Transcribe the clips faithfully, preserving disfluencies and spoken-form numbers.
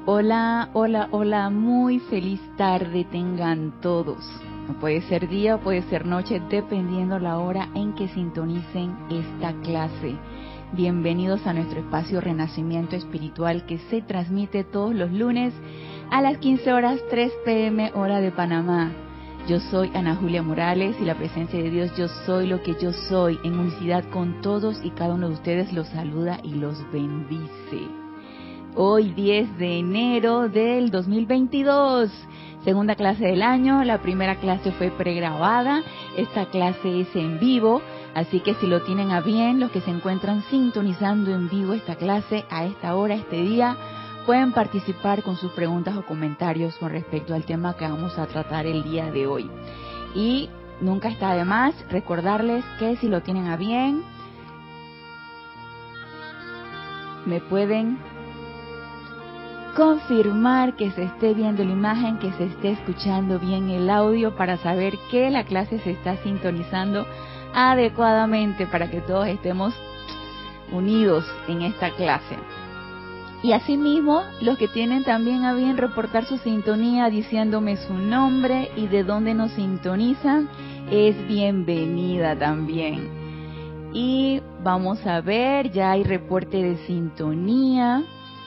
Hola, hola, hola, muy feliz tarde tengan todos. No puede ser día o puede ser noche, dependiendo la hora en que sintonicen esta clase. Bienvenidos a nuestro espacio Renacimiento Espiritual que se transmite todos los lunes a las quince horas tres pe eme hora de Panamá. Yo soy Ana Julia Morales y la presencia de Dios, yo soy lo que yo soy, en unicidad con todos y cada uno de ustedes los saluda y los bendice. Hoy diez de enero del dos mil veintidós, segunda clase del año, la primera clase fue pregrabada, esta clase es en vivo, así que si lo tienen a bien, los que se encuentran sintonizando en vivo esta clase a esta hora, este día, pueden participar con sus preguntas o comentarios con respecto al tema que vamos a tratar el día de hoy. Y nunca está de más recordarles que si lo tienen a bien, me pueden confirmar que se esté viendo la imagen, que se esté escuchando bien el audio para saber que la clase se está sintonizando adecuadamente para que todos estemos unidos en esta clase. Y asimismo, los que tienen también a bien reportar su sintonía diciéndome su nombre y de dónde nos sintonizan, es bienvenida también. Y vamos a ver, ya hay reporte de sintonía.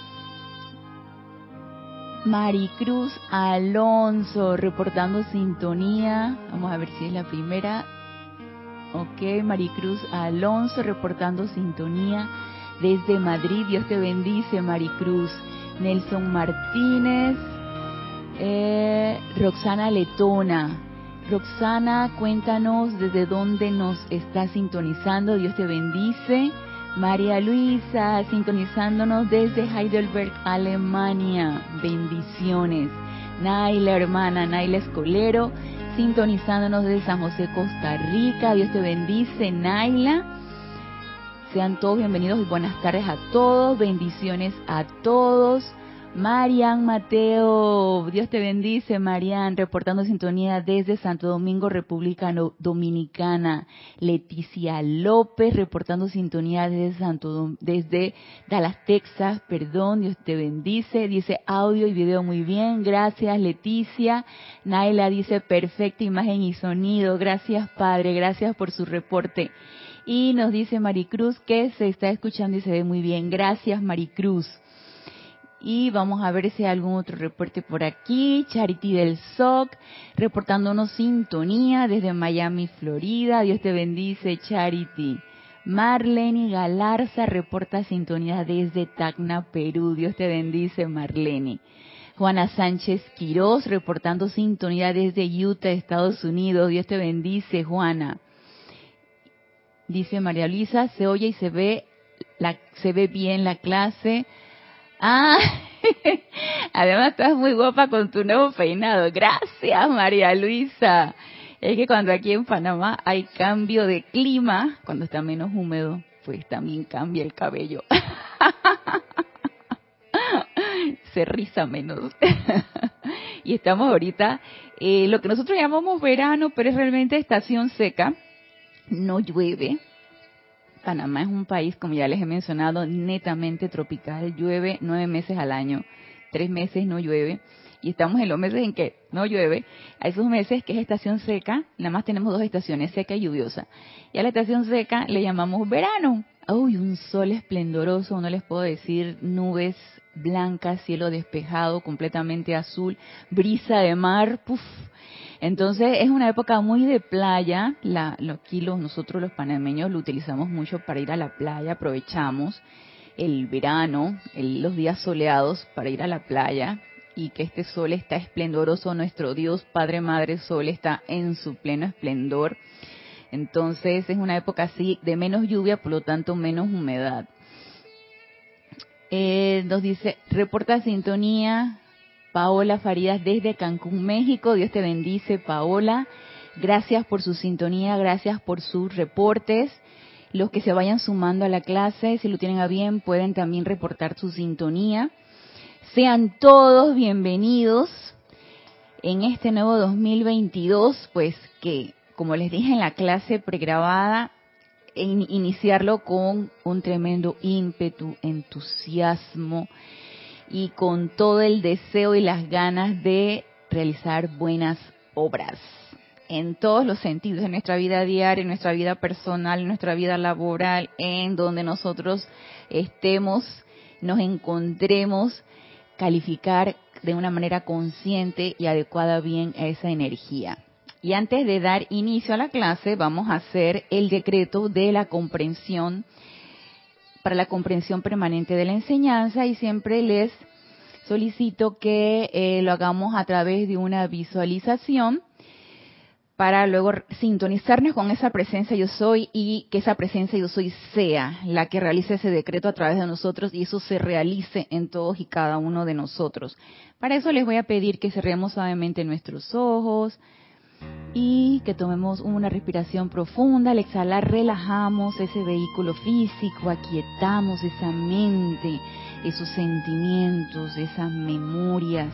Maricruz Alonso reportando sintonía. Vamos a ver si es la primera. Ok, Maricruz Alonso reportando sintonía desde Madrid. Dios te bendice, Maricruz. Nelson Martínez. Eh, Roxana Letona. Roxana, cuéntanos desde dónde nos está sintonizando. Dios te bendice. María Luisa, sintonizándonos desde Heidelberg, Alemania. Bendiciones. Naila, hermana, Naila Escolero, sintonizándonos desde San José, Costa Rica. Dios te bendice, Naila. Sean todos bienvenidos y buenas tardes a todos. Bendiciones a todos. Marian Mateo, Dios te bendice, Marian, reportando sintonía desde Santo Domingo, República Dominicana. Leticia López, reportando sintonía desde Santo desde Dallas, Texas, perdón, Dios te bendice. Dice audio y video muy bien, gracias Leticia. Naila dice perfecta imagen y sonido, gracias Padre, gracias por su reporte. Y nos dice Maricruz que se está escuchando y se ve muy bien, gracias Maricruz. Y vamos a ver si hay algún otro reporte por aquí. Charity del S O C, reportándonos sintonía desde Miami, Florida. Dios te bendice, Charity. Marlene Galarza reporta sintonía desde Tacna, Perú. Dios te bendice, Marlene. Juana Sánchez Quirós, reportando sintonía desde Utah, Estados Unidos. Dios te bendice, Juana. Dice María Luisa, se oye y se ve, la, se ve bien la clase. Ah, además estás muy guapa con tu nuevo peinado. Gracias, María Luisa. Es que cuando aquí en Panamá hay cambio de clima, cuando está menos húmedo, pues también cambia el cabello. Se riza menos. Y estamos ahorita, eh, lo que nosotros llamamos verano, pero es realmente estación seca. No llueve. Panamá es un país, como ya les he mencionado, netamente tropical. Llueve nueve meses al año, tres meses no llueve. Y estamos en los meses en que no llueve. A esos meses que es estación seca, nada más tenemos dos estaciones, seca y lluviosa. Y a la estación seca le llamamos verano. Uy, un sol esplendoroso, no les puedo decir, nubes blancas, cielo despejado, completamente azul, brisa de mar, puf. Entonces es una época muy de playa. La, lo, aquí los, nosotros los panameños lo utilizamos mucho para ir a la playa, aprovechamos el verano, el, los días soleados para ir a la playa y que este sol está esplendoroso, nuestro Dios Padre Madre Sol está en su pleno esplendor. Entonces es una época así de menos lluvia, por lo tanto menos humedad. Eh, nos dice, reporta sintonía Paola Farías desde Cancún, México. Dios te bendice, Paola. Gracias por su sintonía, gracias por sus reportes. Los que se vayan sumando a la clase, si lo tienen a bien, pueden también reportar su sintonía. Sean todos bienvenidos en este nuevo dos mil veintidós, pues que, como les dije en la clase pregrabada, en iniciarlo con un tremendo ímpetu, entusiasmo, y con todo el deseo y las ganas de realizar buenas obras en todos los sentidos, en nuestra vida diaria, en nuestra vida personal, en nuestra vida laboral, en donde nosotros estemos, nos encontremos, calificar de una manera consciente y adecuada bien a esa energía. Y antes de dar inicio a la clase, vamos a hacer el decreto de la comprensión, para la comprensión permanente de la enseñanza, y siempre les solicito que eh, lo hagamos a través de una visualización para luego sintonizarnos con esa presencia yo soy y que esa presencia yo soy sea la que realice ese decreto a través de nosotros y eso se realice en todos y cada uno de nosotros. Para eso les voy a pedir que cerremos suavemente nuestros ojos y que tomemos una respiración profunda. Al exhalar relajamos ese vehículo físico, aquietamos esa mente, esos sentimientos, esas memorias,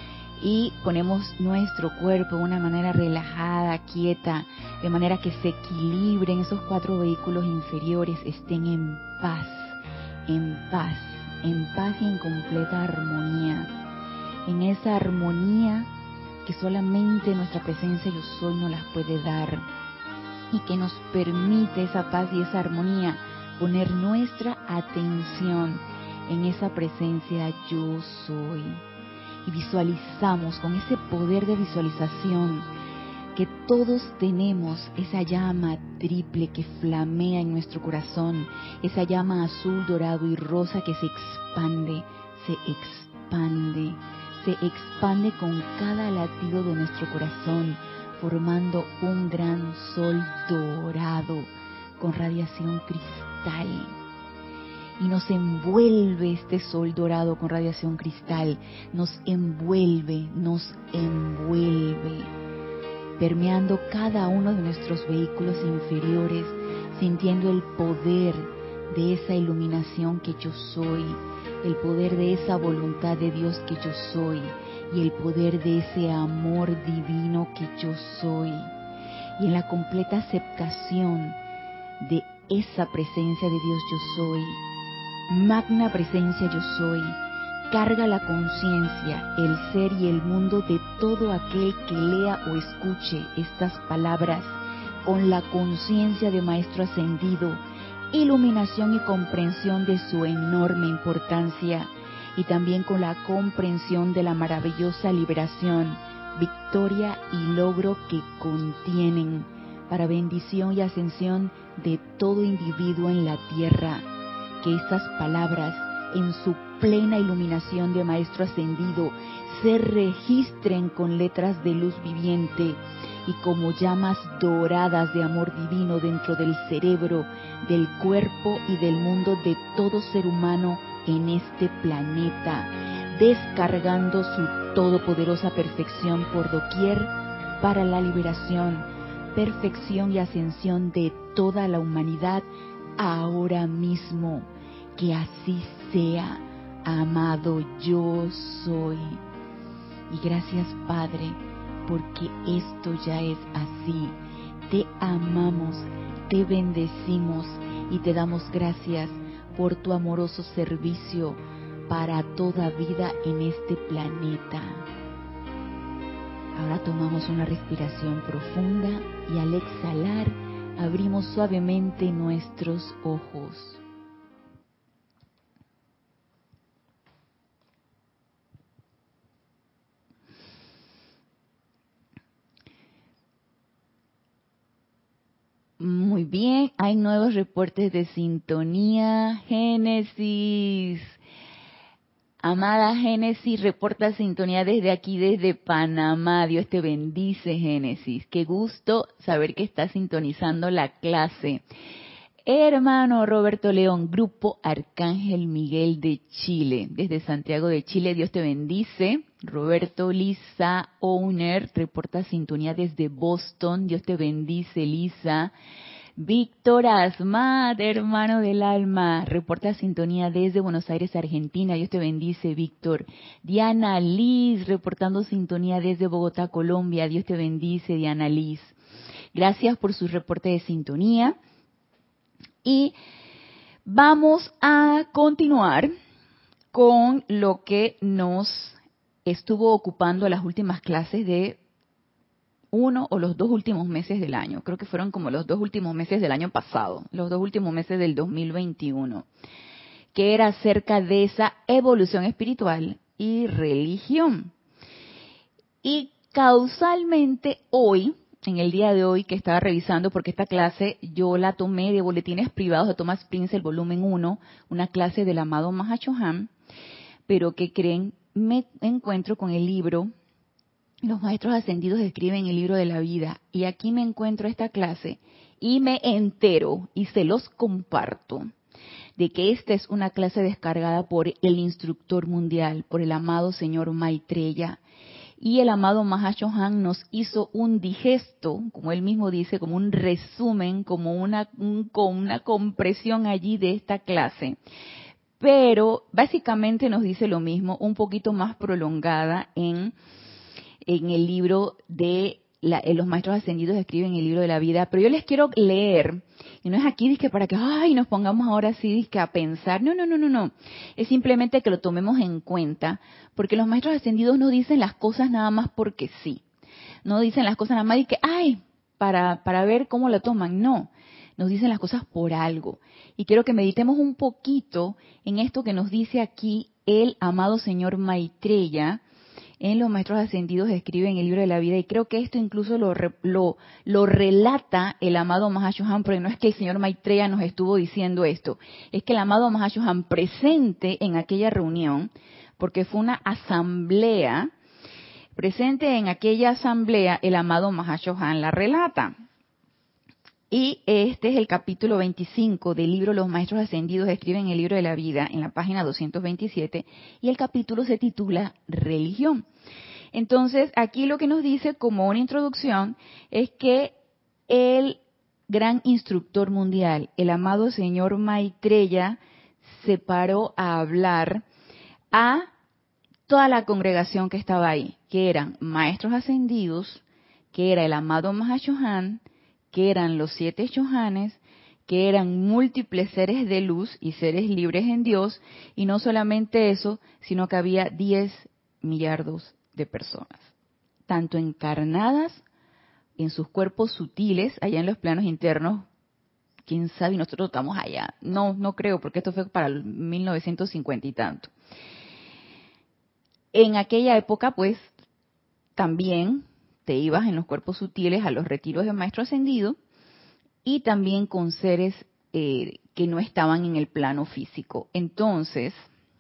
y ponemos nuestro cuerpo de una manera relajada, quieta, de manera que se equilibren esos cuatro vehículos inferiores, estén en paz, en paz, en paz y en completa armonía. En esa armonía que solamente nuestra presencia yo soy nos las puede dar y que nos permite esa paz y esa armonía poner nuestra atención en esa presencia yo soy. Y visualizamos con ese poder de visualización que todos tenemos esa llama triple que flamea en nuestro corazón, esa llama azul, dorado y rosa que se expande, se expande, se expande con cada latido de nuestro corazón, formando un gran sol dorado con radiación cristal. Y nos envuelve este sol dorado con radiación cristal, nos envuelve, nos envuelve, permeando cada uno de nuestros vehículos inferiores, sintiendo el poder de esa iluminación que yo soy, el poder de esa voluntad de Dios que yo soy, y el poder de ese amor divino que yo soy. Y en la completa aceptación de esa presencia de Dios yo soy, magna presencia yo soy, carga la conciencia, el ser y el mundo de todo aquel que lea o escuche estas palabras con la conciencia de Maestro Ascendido, iluminación y comprensión de su enorme importancia, y también con la comprensión de la maravillosa liberación, victoria y logro que contienen, para bendición y ascensión de todo individuo en la tierra. Que estas palabras, en su plena iluminación de Maestro Ascendido, se registren con letras de luz viviente y como llamas doradas de amor divino dentro del cerebro, del cuerpo y del mundo de todo ser humano en este planeta, descargando su todopoderosa perfección por doquier para la liberación, perfección y ascensión de toda la humanidad ahora mismo. Que así sea, amado yo soy. Y gracias, Padre, porque esto ya es así. Te amamos, te bendecimos y te damos gracias por tu amoroso servicio para toda vida en este planeta. Ahora tomamos una respiración profunda y al exhalar abrimos suavemente nuestros ojos. Muy bien, hay nuevos reportes de sintonía. Génesis, amada Génesis, reporta sintonía desde aquí, desde Panamá. Dios te bendice, Génesis. Qué gusto saber que estás sintonizando la clase. Hermano Roberto León, Grupo Arcángel Miguel de Chile, desde Santiago de Chile, Dios te bendice. Roberto Lisa Owner, reporta sintonía desde Boston, Dios te bendice, Lisa. Víctor Asmat, hermano del alma, reporta sintonía desde Buenos Aires, Argentina, Dios te bendice, Víctor. Diana Liz, reportando sintonía desde Bogotá, Colombia, Dios te bendice, Diana Liz. Gracias por su reporte de sintonía. Y vamos a continuar con lo que nos estuvo ocupando las últimas clases de uno o los dos últimos meses del año. Creo que fueron como los dos últimos meses del año pasado, los dos últimos meses del dos mil veintiuno, que era acerca de esa evolución espiritual y religión. Y causalmente hoy, en el día de hoy que estaba revisando, porque esta clase yo la tomé de Boletines Privados de Thomas Prince, el volumen uno, una clase del amado Mahashohan, pero que creen, me encuentro con el libro, los maestros ascendidos escriben el libro de la vida, y aquí me encuentro esta clase y me entero y se los comparto de que esta es una clase descargada por el instructor mundial, por el amado señor Maitreya, y el amado Mahashohan nos hizo un digesto, como él mismo dice, como un resumen, como una, un, una compresión allí de esta clase. Pero básicamente nos dice lo mismo, un poquito más prolongada en, en el libro de la, los maestros ascendidos escriben el libro de la vida. Pero yo les quiero leer, y no es aquí dizque para que ay nos pongamos ahora así dizque a pensar, no, no, no, no, no, es simplemente que lo tomemos en cuenta, porque los maestros ascendidos no dicen las cosas nada más porque sí, no dicen las cosas nada más y que ay, para, para ver cómo lo toman, no, nos dicen las cosas por algo. Y quiero que meditemos un poquito en esto que nos dice aquí el amado señor Maitreya, en los maestros ascendidos escribe en el libro de la vida, y creo que esto incluso lo, lo, lo relata el amado Mahashohan, porque no es que el señor Maitreya nos estuvo diciendo esto, es que el amado Mahashohan presente en aquella reunión, porque fue una asamblea, presente en aquella asamblea, el amado Mahashohan la relata. Y este es el capítulo veinticinco del libro Los Maestros Ascendidos escriben el libro de la vida, en la página doscientos veintisiete, y el capítulo se titula Religión. Entonces, aquí lo que nos dice como una introducción es que el gran instructor mundial, el amado señor Maitreya, se paró a hablar a toda la congregación que estaba ahí, que eran maestros ascendidos, que era el amado Mahashohan, que eran los siete Shohanes, que eran múltiples seres de luz y seres libres en Dios, y no solamente eso, sino que había diez millardos de personas, tanto encarnadas en sus cuerpos sutiles, allá en los planos internos, quién sabe, y nosotros estamos allá, no, no creo, porque esto fue para el mil novecientos cincuenta y tanto. En aquella época, pues, también te ibas en los cuerpos sutiles a los retiros de maestro ascendido y también con seres eh, que no estaban en el plano físico. Entonces,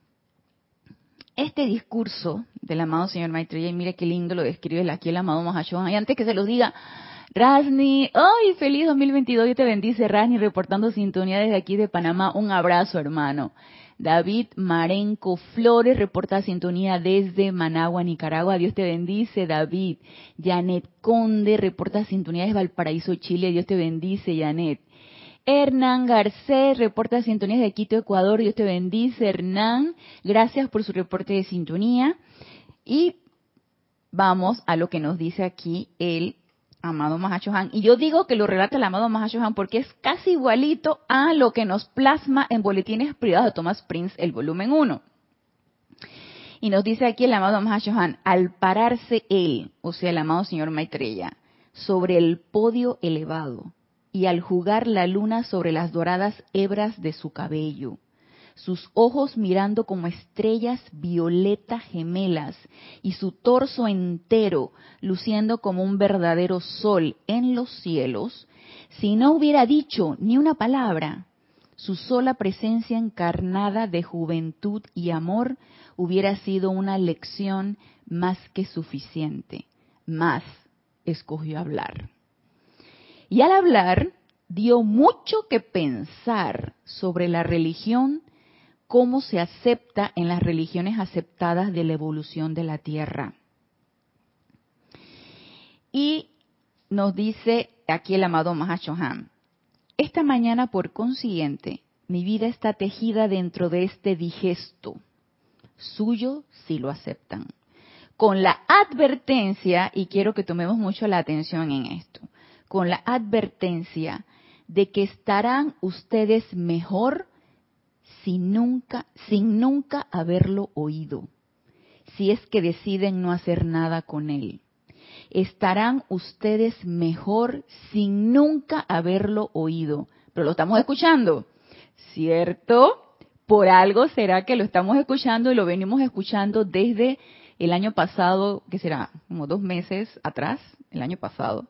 este discurso del amado señor Maitreya, y mire qué lindo lo describe aquí el amado Mahashohan, y antes que se los diga, Rasni, ¡ay, feliz dos mil veintidós! Dios te bendice, Rasni, reportando sintonía desde aquí de Panamá, un abrazo, hermano. David Marenco Flores reporta sintonía desde Managua, Nicaragua. Dios te bendice, David. Janet Conde reporta sintonía desde Valparaíso, Chile. Dios te bendice, Janet. Hernán Garcés reporta sintonía desde Quito, Ecuador. Dios te bendice, Hernán. Gracias por su reporte de sintonía. Y vamos a lo que nos dice aquí el amado Mahashohan. Y yo digo que lo relata el amado Mahashohan porque es casi igualito a lo que nos plasma en Boletines Privados de Thomas Prince, el volumen uno. Y nos dice aquí el amado Mahashohan, al pararse él, o sea, el amado señor Maitreya, sobre el podio elevado, y al jugar la luna sobre las doradas hebras de su cabello, sus ojos mirando como estrellas violetas gemelas y su torso entero luciendo como un verdadero sol en los cielos, si no hubiera dicho ni una palabra, su sola presencia encarnada de juventud y amor hubiera sido una lección más que suficiente. Mas escogió hablar. Y al hablar dio mucho que pensar sobre la religión, cómo se acepta en las religiones aceptadas de la evolución de la Tierra. Y nos dice aquí el amado Mahashohan, esta mañana por consiguiente mi vida está tejida dentro de este digesto, suyo si lo aceptan, con la advertencia, y quiero que tomemos mucho la atención en esto, con la advertencia de que estarán ustedes mejor sin nunca, sin nunca haberlo oído, si es que deciden no hacer nada con él. Estarán ustedes mejor sin nunca haberlo oído. Pero lo estamos escuchando, ¿cierto? Por algo será que lo estamos escuchando y lo venimos escuchando desde el año pasado, que será como dos meses atrás, el año pasado.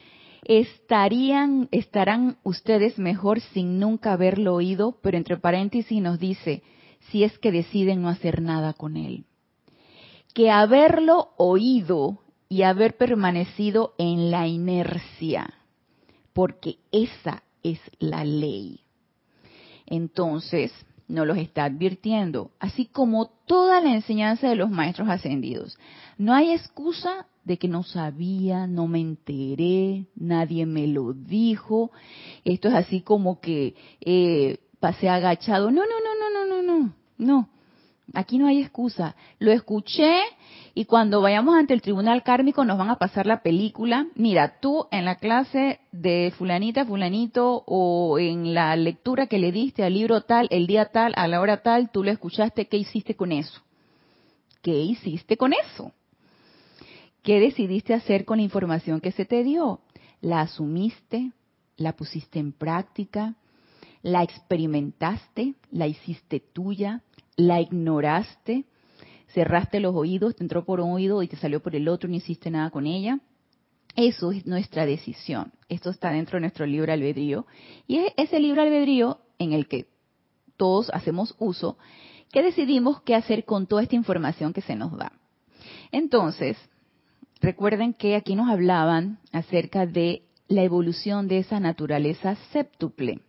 Estarían, estarán ustedes mejor sin nunca haberlo oído, pero entre paréntesis nos dice, si es que deciden no hacer nada con él. Que haberlo oído y haber permanecido en la inercia, porque esa es la ley. Entonces, nos los está advirtiendo, así como toda la enseñanza de los maestros ascendidos. No hay excusa de que no sabía, no me enteré, nadie me lo dijo. Esto es así como que eh, pasé agachado. No, no, no, no, no, no, no, no. Aquí no hay excusa. Lo escuché y cuando vayamos ante el tribunal kármico nos van a pasar la película. Mira, tú en la clase de fulanita, fulanito, o en la lectura que le diste al libro tal, el día tal, a la hora tal, tú lo escuchaste, ¿qué hiciste con eso? ¿Qué hiciste con eso? ¿Qué decidiste hacer con la información que se te dio? ¿La asumiste? ¿La pusiste en práctica? ¿La experimentaste? ¿La hiciste tuya? ¿La ignoraste? ¿Cerraste los oídos? ¿Te entró por un oído y te salió por el otro y no hiciste nada con ella? Eso es nuestra decisión. Esto está dentro de nuestro libre albedrío. Y es ese libre albedrío en el que todos hacemos uso, que decidimos qué hacer con toda esta información que se nos da. Entonces, recuerden que aquí nos hablaban acerca de la evolución de esa naturaleza séptuple.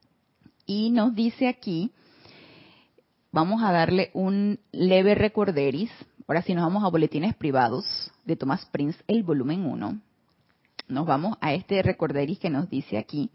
Y nos dice aquí, vamos a darle un leve recorderis. Ahora sí nos vamos a boletines privados de Thomas Prince, el volumen uno. Nos vamos a este recorderis que nos dice aquí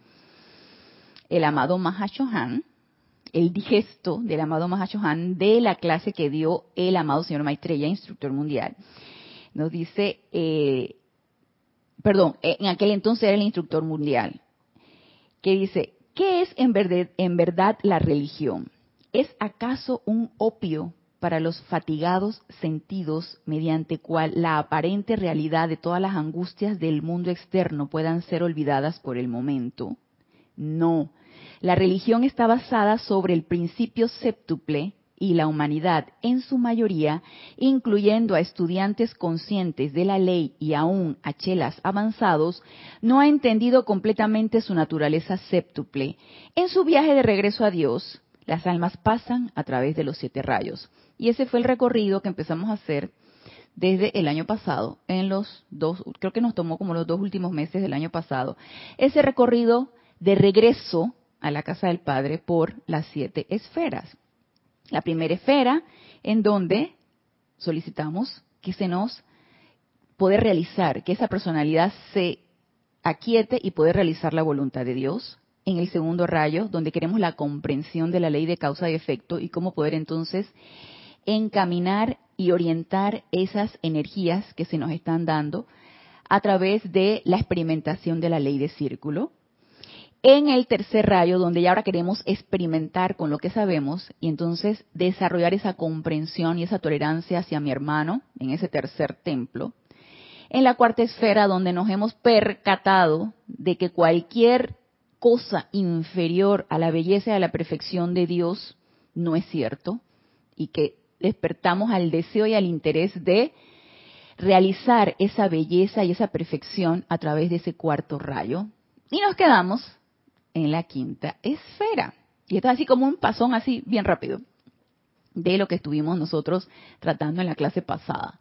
el amado Mahashohan, el digesto del amado Mahashohan de la clase que dio el amado señor Maitreya, instructor mundial. Nos dice, eh, perdón, en aquel entonces era el instructor mundial, que dice, ¿qué es en verdad, en verdad la religión? ¿Es acaso un opio para los fatigados sentidos mediante cual la aparente realidad de todas las angustias del mundo externo puedan ser olvidadas por el momento? No. La religión está basada sobre el principio séptuple y la humanidad, en su mayoría, incluyendo a estudiantes conscientes de la ley y aún a chelas avanzados, no ha entendido completamente su naturaleza séptuple. En su viaje de regreso a Dios, las almas pasan a través de los siete rayos. Y ese fue el recorrido que empezamos a hacer desde el año pasado, en los dos, creo que nos tomó como los dos últimos meses del año pasado, ese recorrido de regreso a la casa del Padre por las siete esferas. La primera esfera en donde solicitamos que se nos puede realizar, que esa personalidad se aquiete y puede realizar la voluntad de Dios. En el segundo rayo, donde queremos la comprensión de la ley de causa y efecto y cómo poder entonces encaminar y orientar esas energías que se nos están dando a través de la experimentación de la ley de círculo. En el tercer rayo, donde ya ahora queremos experimentar con lo que sabemos y entonces desarrollar esa comprensión y esa tolerancia hacia mi hermano, en ese tercer templo. En la cuarta esfera, donde nos hemos percatado de que cualquier cosa inferior a la belleza y a la perfección de Dios no es cierto y que despertamos al deseo y al interés de realizar esa belleza y esa perfección a través de ese cuarto rayo. Y nos quedamos en la quinta esfera. Y esto es así como un pasón así bien rápido de lo que estuvimos nosotros tratando en la clase pasada.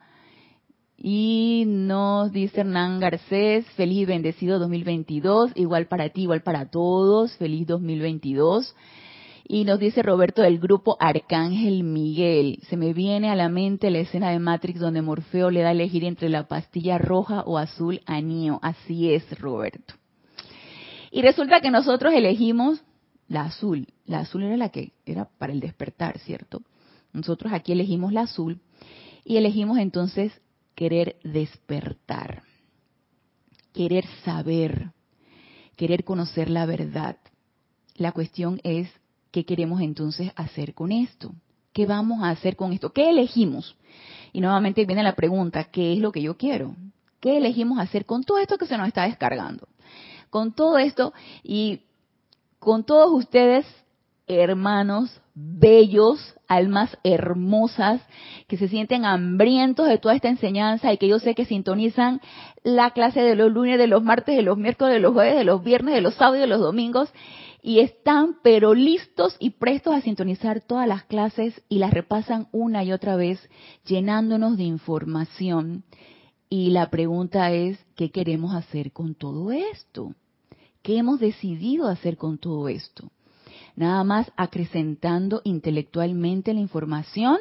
Y nos dice Hernán Garcés, feliz y bendecido dos mil veintidós, igual para ti, igual para todos, feliz dos mil veintidós. Y nos dice Roberto del grupo Arcángel Miguel, se me viene a la mente la escena de Matrix donde Morfeo le da a elegir entre la pastilla roja o azul a Neo. Así es, Roberto. Y resulta que nosotros elegimos la azul. La azul era la que era para el despertar, ¿cierto? Nosotros aquí elegimos la azul y elegimos entonces querer despertar, querer saber, querer conocer la verdad. La cuestión es ¿qué queremos entonces hacer con esto? ¿Qué vamos a hacer con esto? ¿Qué elegimos? Y nuevamente viene la pregunta, ¿qué es lo que yo quiero? ¿Qué elegimos hacer con todo esto que se nos está descargando? Con todo esto y con todos ustedes, hermanos bellos, almas hermosas, que se sienten hambrientos de toda esta enseñanza y que yo sé que sintonizan la clase de los lunes, de los martes, de los miércoles, de los jueves, de los viernes, de los sábados y de los domingos, y están pero listos y prestos a sintonizar todas las clases y las repasan una y otra vez, llenándonos de información. Y la pregunta es, ¿qué queremos hacer con todo esto? ¿Qué hemos decidido hacer con todo esto? ¿Nada más acrecentando intelectualmente la información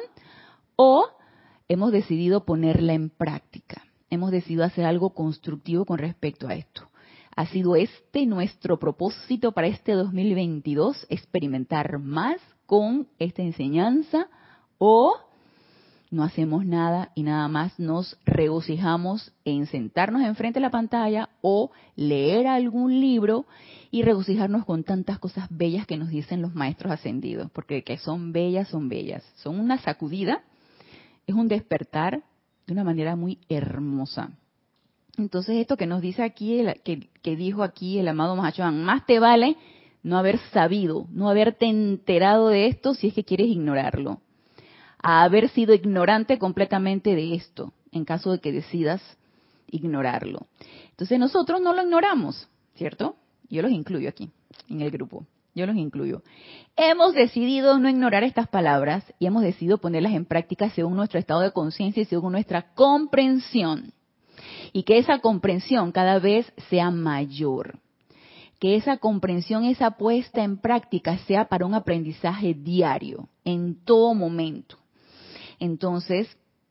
o hemos decidido ponerla en práctica? Hemos decidido hacer algo constructivo con respecto a esto. ¿Ha sido este nuestro propósito para este dos mil veintidós, experimentar más con esta enseñanza, o no hacemos nada y nada más nos regocijamos en sentarnos enfrente de la pantalla o leer algún libro y regocijarnos con tantas cosas bellas que nos dicen los maestros ascendidos? Porque que son bellas, son bellas. Son una sacudida, es un despertar de una manera muy hermosa. Entonces esto que nos dice aquí, el, que, que dijo aquí el amado Mahachohan, más te vale no haber sabido, no haberte enterado de esto si es que quieres ignorarlo, a haber sido ignorante completamente de esto, en caso de que decidas ignorarlo. Entonces nosotros no lo ignoramos, ¿cierto? Yo los incluyo aquí, en el grupo, yo los incluyo. Hemos decidido no ignorar estas palabras y hemos decidido ponerlas en práctica según nuestro estado de conciencia y según nuestra comprensión. Y que esa comprensión cada vez sea mayor. Que esa comprensión, esa puesta en práctica sea para un aprendizaje diario, en todo momento. Entonces,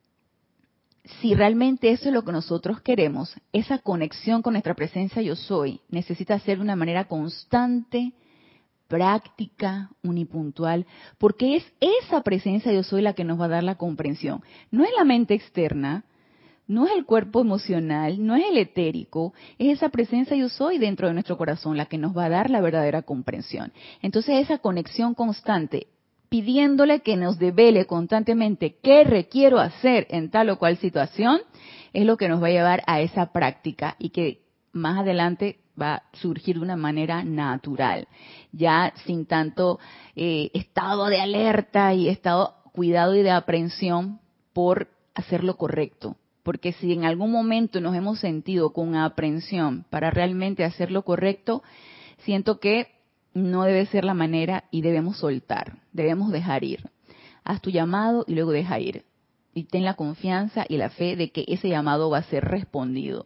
si realmente eso es lo que nosotros queremos, esa conexión con nuestra presencia yo soy necesita ser de una manera constante, práctica, unipuntual, porque es esa presencia yo soy la que nos va a dar la comprensión. No es la mente externa, no es el cuerpo emocional, no es el etérico, es esa presencia yo soy dentro de nuestro corazón la que nos va a dar la verdadera comprensión. Entonces esa conexión constante, pidiéndole que nos devele constantemente qué requiero hacer en tal o cual situación, es lo que nos va a llevar a esa práctica y que más adelante va a surgir de una manera natural, ya sin tanto eh, estado de alerta y estado cuidado y de aprehensión por hacer lo correcto. Porque si en algún momento nos hemos sentido con aprensión para realmente hacer lo correcto, siento que no debe ser la manera y debemos soltar, debemos dejar ir. Haz tu llamado y luego deja ir. Y ten la confianza y la fe de que ese llamado va a ser respondido.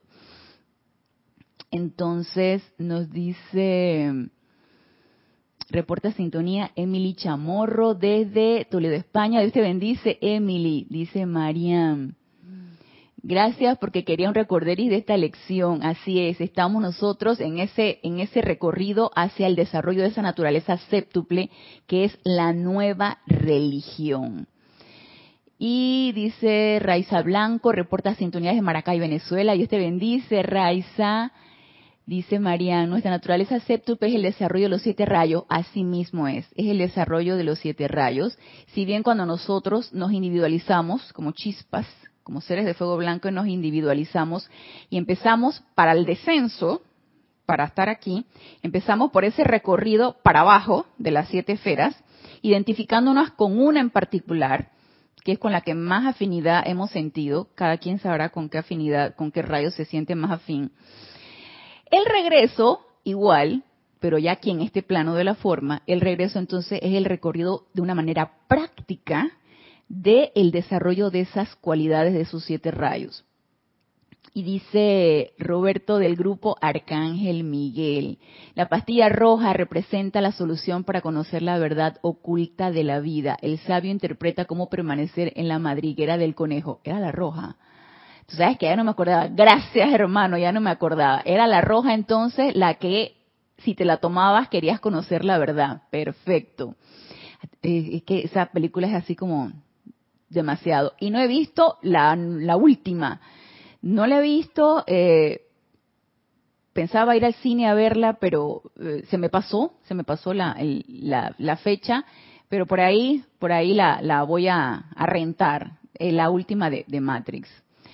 Entonces nos dice, reporta sintonía Emily Chamorro desde Toledo, España. Dios te bendice, Emily, dice Mariam. Gracias porque quería un recorderis de esta lección. Así es, estamos nosotros en ese en ese recorrido hacia el desarrollo de esa naturaleza séptuple que es la nueva religión. Y dice Raiza Blanco, reporta sintonía de Maracay, Venezuela. Dios te bendice, Raiza. Dice María, nuestra naturaleza séptuple es el desarrollo de los siete rayos. Así mismo es, es el desarrollo de los siete rayos. Si bien cuando nosotros nos individualizamos como chispas, como seres de fuego blanco, nos individualizamos y empezamos para el descenso, para estar aquí, empezamos por ese recorrido para abajo de las siete esferas, identificándonos con una en particular, que es con la que más afinidad hemos sentido. Cada quien sabrá con qué afinidad, con qué rayo se siente más afín. El regreso, igual, pero ya aquí en este plano de la forma, el regreso entonces es el recorrido de una manera práctica de el desarrollo de esas cualidades de sus siete rayos. Y dice Roberto del grupo Arcángel Miguel, la pastilla roja representa la solución para conocer la verdad oculta de la vida. El sabio interpreta cómo permanecer en la madriguera del conejo. Era la roja. Tú sabes que ya no me acordaba. Gracias, hermano, ya no me acordaba. Era la roja entonces la que, si te la tomabas, querías conocer la verdad. Perfecto. Es que esa película es así como demasiado. Y no he visto la, la última. No la he visto, eh, pensaba ir al cine a verla, pero eh, se me pasó, se me pasó la, el, la, la fecha, pero por ahí, por ahí la, la voy a, a rentar, eh, la última de, de Matrix.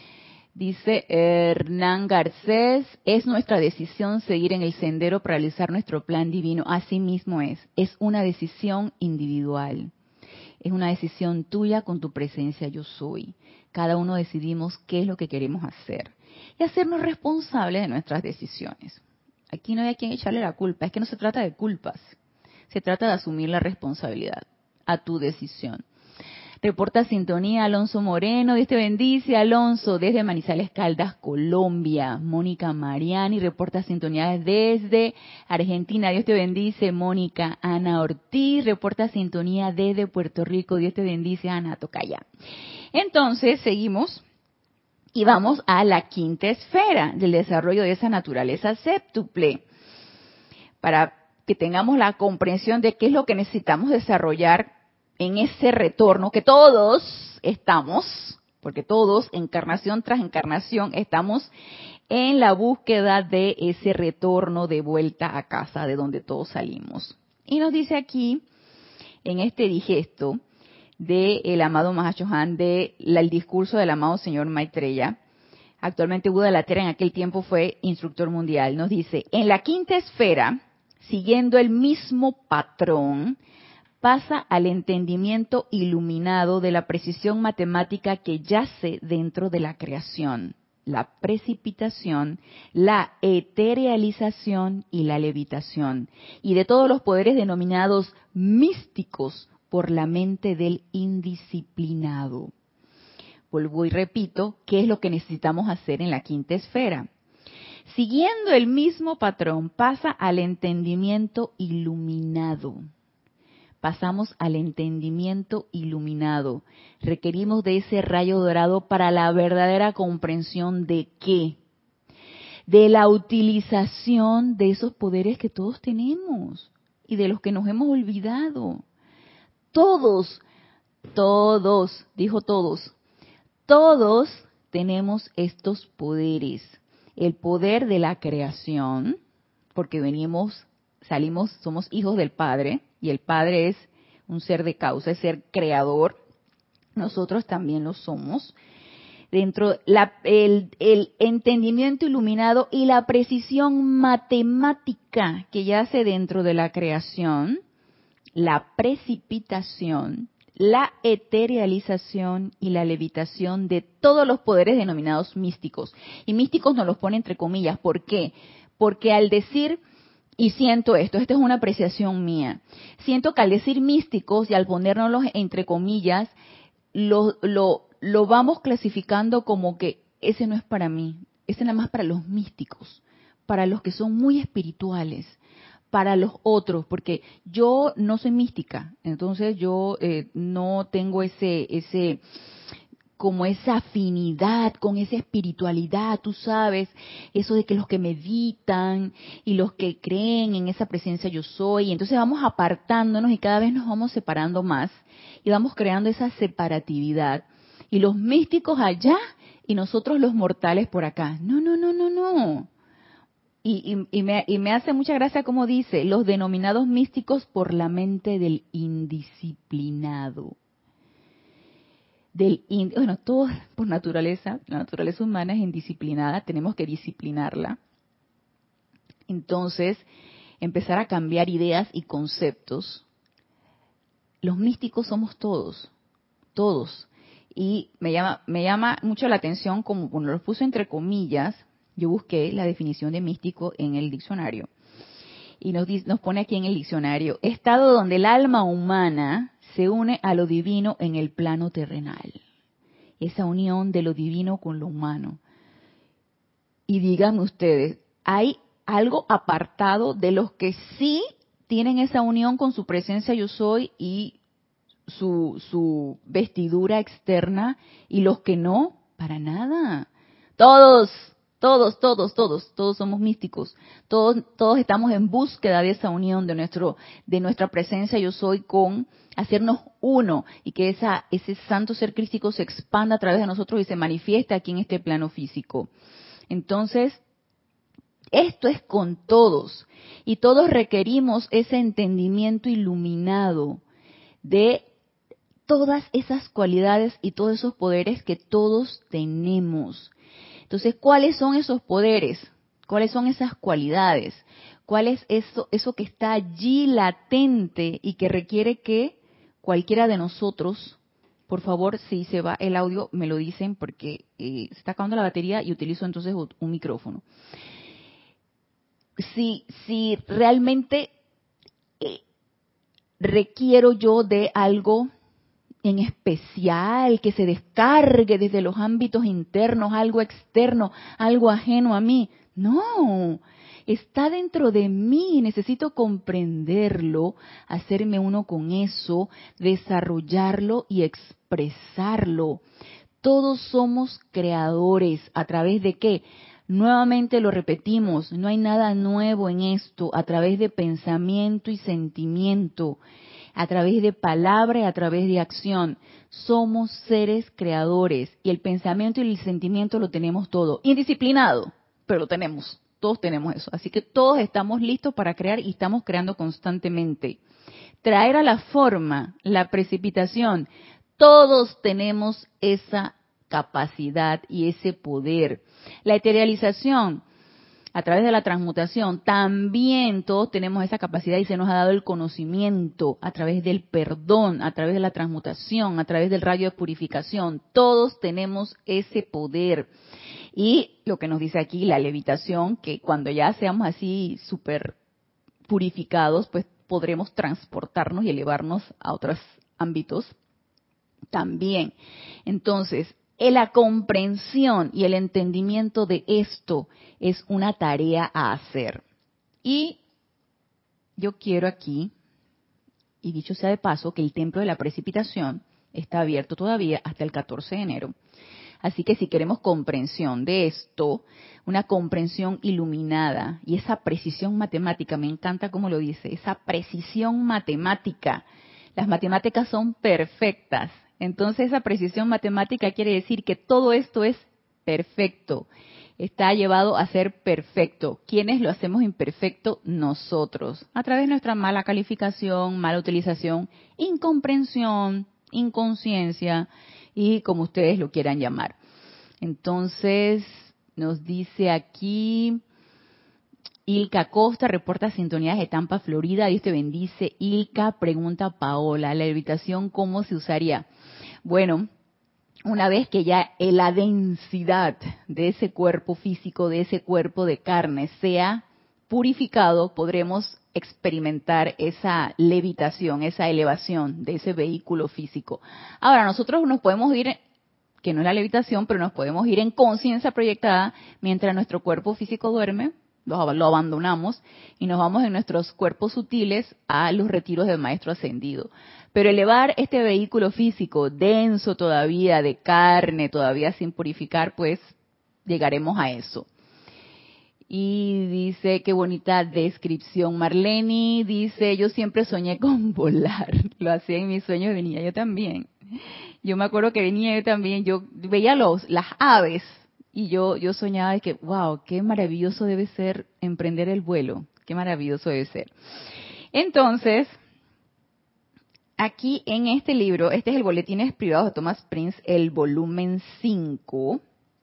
Dice Hernán Garcés, es nuestra decisión seguir en el sendero para realizar nuestro plan divino. Así mismo es, es una decisión individual. Es una decisión tuya con tu presencia yo soy. Cada uno decidimos qué es lo que queremos hacer y hacernos responsables de nuestras decisiones. Aquí no hay a quien echarle la culpa, es que no se trata de culpas, se trata de asumir la responsabilidad a tu decisión. Reporta sintonía Alonso Moreno, Dios te bendice, Alonso, desde Manizales Caldas, Colombia. Mónica Mariani reporta sintonía desde Argentina, Dios te bendice, Mónica. Ana Ortiz reporta sintonía desde Puerto Rico, Dios te bendice, Ana Tocaya. Entonces, seguimos y vamos a la quinta esfera del desarrollo de esa naturaleza séptuple, para que tengamos la comprensión de qué es lo que necesitamos desarrollar en ese retorno que todos estamos, porque todos, encarnación tras encarnación, estamos en la búsqueda de ese retorno de vuelta a casa, de donde todos salimos. Y nos dice aquí, en este digesto del amado Mahashohan, de la, el discurso del amado señor Maitreya, actualmente Buda de la Tierra, en aquel tiempo fue instructor mundial, nos dice, en la quinta esfera, siguiendo el mismo patrón, pasa al entendimiento iluminado de la precisión matemática que yace dentro de la creación, la precipitación, la eterealización y la levitación, y de todos los poderes denominados místicos por la mente del indisciplinado. Vuelvo y repito, ¿qué es lo que necesitamos hacer en la quinta esfera? Siguiendo el mismo patrón, pasa al entendimiento iluminado. Pasamos al entendimiento iluminado. Requerimos de ese rayo dorado para la verdadera comprensión de qué. De la utilización de esos poderes que todos tenemos y de los que nos hemos olvidado. Todos, todos, dijo todos, todos tenemos estos poderes. El poder de la creación, porque venimos, salimos, somos hijos del Padre, y el Padre es un ser de causa, es ser creador. Nosotros también lo somos. Dentro la, el, el entendimiento iluminado y la precisión matemática que yace dentro de la creación, la precipitación, la eterealización y la levitación de todos los poderes denominados místicos. Y místicos nos los pone entre comillas. ¿Por qué? Porque al decir... Y siento esto, esta es una apreciación mía. Siento que al decir místicos y al ponérnoslos entre comillas, lo, lo, lo vamos clasificando como que ese no es para mí, ese nada más para los místicos, para los que son muy espirituales, para los otros, porque yo no soy mística, entonces yo eh, no tengo ese, ese, como esa afinidad con esa espiritualidad, tú sabes, eso de que los que meditan y los que creen en esa presencia yo soy, entonces vamos apartándonos y cada vez nos vamos separando más y vamos creando esa separatividad. Y los místicos allá y nosotros los mortales por acá. No, no, no, no, no. Y, y, y, me, y me hace mucha gracia como dice, los denominados místicos por la mente del indisciplinado. Del in, bueno, todo por naturaleza, la naturaleza humana es indisciplinada, tenemos que disciplinarla. Entonces, empezar a cambiar ideas y conceptos. Los místicos somos todos, todos. Y me llama, me llama mucho la atención, como cuando los puse entre comillas, yo busqué la definición de místico en el diccionario. Y nos, nos pone aquí en el diccionario, estado donde el alma humana se une a lo divino en el plano terrenal. Esa unión de lo divino con lo humano. Y díganme ustedes, ¿hay algo apartado de los que sí tienen esa unión con su presencia yo soy y su, su vestidura externa y los que no? Para nada. Todos, todos, todos, todos, todos somos místicos. Todos, todos estamos en búsqueda de esa unión de nuestro, de nuestra presencia yo soy con hacernos uno y que esa, ese santo ser crístico se expanda a través de nosotros y se manifieste aquí en este plano físico. Entonces, esto es con todos. Y todos requerimos ese entendimiento iluminado de todas esas cualidades y todos esos poderes que todos tenemos. Entonces, ¿cuáles son esos poderes? ¿Cuáles son esas cualidades? ¿Cuál es eso, eso que está allí latente y que requiere que cualquiera de nosotros, por favor, si se va el audio, me lo dicen porque eh, se está acabando la batería y utilizo entonces un micrófono. Si, si realmente eh, requiero yo de algo en especial, que se descargue desde los ámbitos internos, algo externo, algo ajeno a mí. No, está dentro de mí, necesito comprenderlo, hacerme uno con eso, desarrollarlo y expresarlo. Todos somos creadores. ¿A través de qué? Nuevamente lo repetimos, no hay nada nuevo en esto, a través de pensamiento y sentimiento, a través de palabra y a través de acción. Somos seres creadores y el pensamiento y el sentimiento lo tenemos todo. Indisciplinado, pero lo tenemos, todos tenemos eso. Así que todos estamos listos para crear y estamos creando constantemente. Traer a la forma, la precipitación, todos tenemos esa capacidad y ese poder. La eterialización, a través de la transmutación, también todos tenemos esa capacidad y se nos ha dado el conocimiento a través del perdón, a través de la transmutación, a través del rayo de purificación. Todos tenemos ese poder. Y lo que nos dice aquí, la levitación, que cuando ya seamos así súper purificados, pues podremos transportarnos y elevarnos a otros ámbitos también. Entonces, la comprensión y el entendimiento de esto es una tarea a hacer. Y yo quiero aquí, y dicho sea de paso, que el templo de la precipitación está abierto todavía hasta el catorce de enero. Así que si queremos comprensión de esto, una comprensión iluminada y esa precisión matemática, me encanta cómo lo dice, esa precisión matemática. Las matemáticas son perfectas. Entonces esa precisión matemática quiere decir que todo esto es perfecto. Está llevado a ser perfecto. ¿Quiénes lo hacemos imperfecto? Nosotros. A través de nuestra mala calificación, mala utilización, incomprensión, inconsciencia y como ustedes lo quieran llamar. Entonces nos dice aquí Ilka Costa, reporta sintonía de Tampa, Florida. Dios te bendice. Ilka, pregunta Paola, la levitación, ¿cómo se usaría? Bueno, una vez que ya la densidad de ese cuerpo físico, de ese cuerpo de carne sea purificado, podremos experimentar esa levitación, esa elevación de ese vehículo físico. Ahora, nosotros nos podemos ir, que no es la levitación, pero nos podemos ir en conciencia proyectada mientras nuestro cuerpo físico duerme, lo, lo abandonamos y nos vamos en nuestros cuerpos sutiles a los retiros del Maestro Ascendido. Pero elevar este vehículo físico denso todavía, de carne, todavía sin purificar, pues llegaremos a eso. Y dice, qué bonita descripción. Marlene dice, yo siempre soñé con volar. Lo hacía en mis sueños, venía yo también. Yo me acuerdo que venía yo también, yo veía los, las aves y yo, yo soñaba de que, wow, qué maravilloso debe ser emprender el vuelo. Qué maravilloso debe ser. Entonces, aquí en este libro, este es el Boletines Privados de Thomas Prince, el volumen cinco,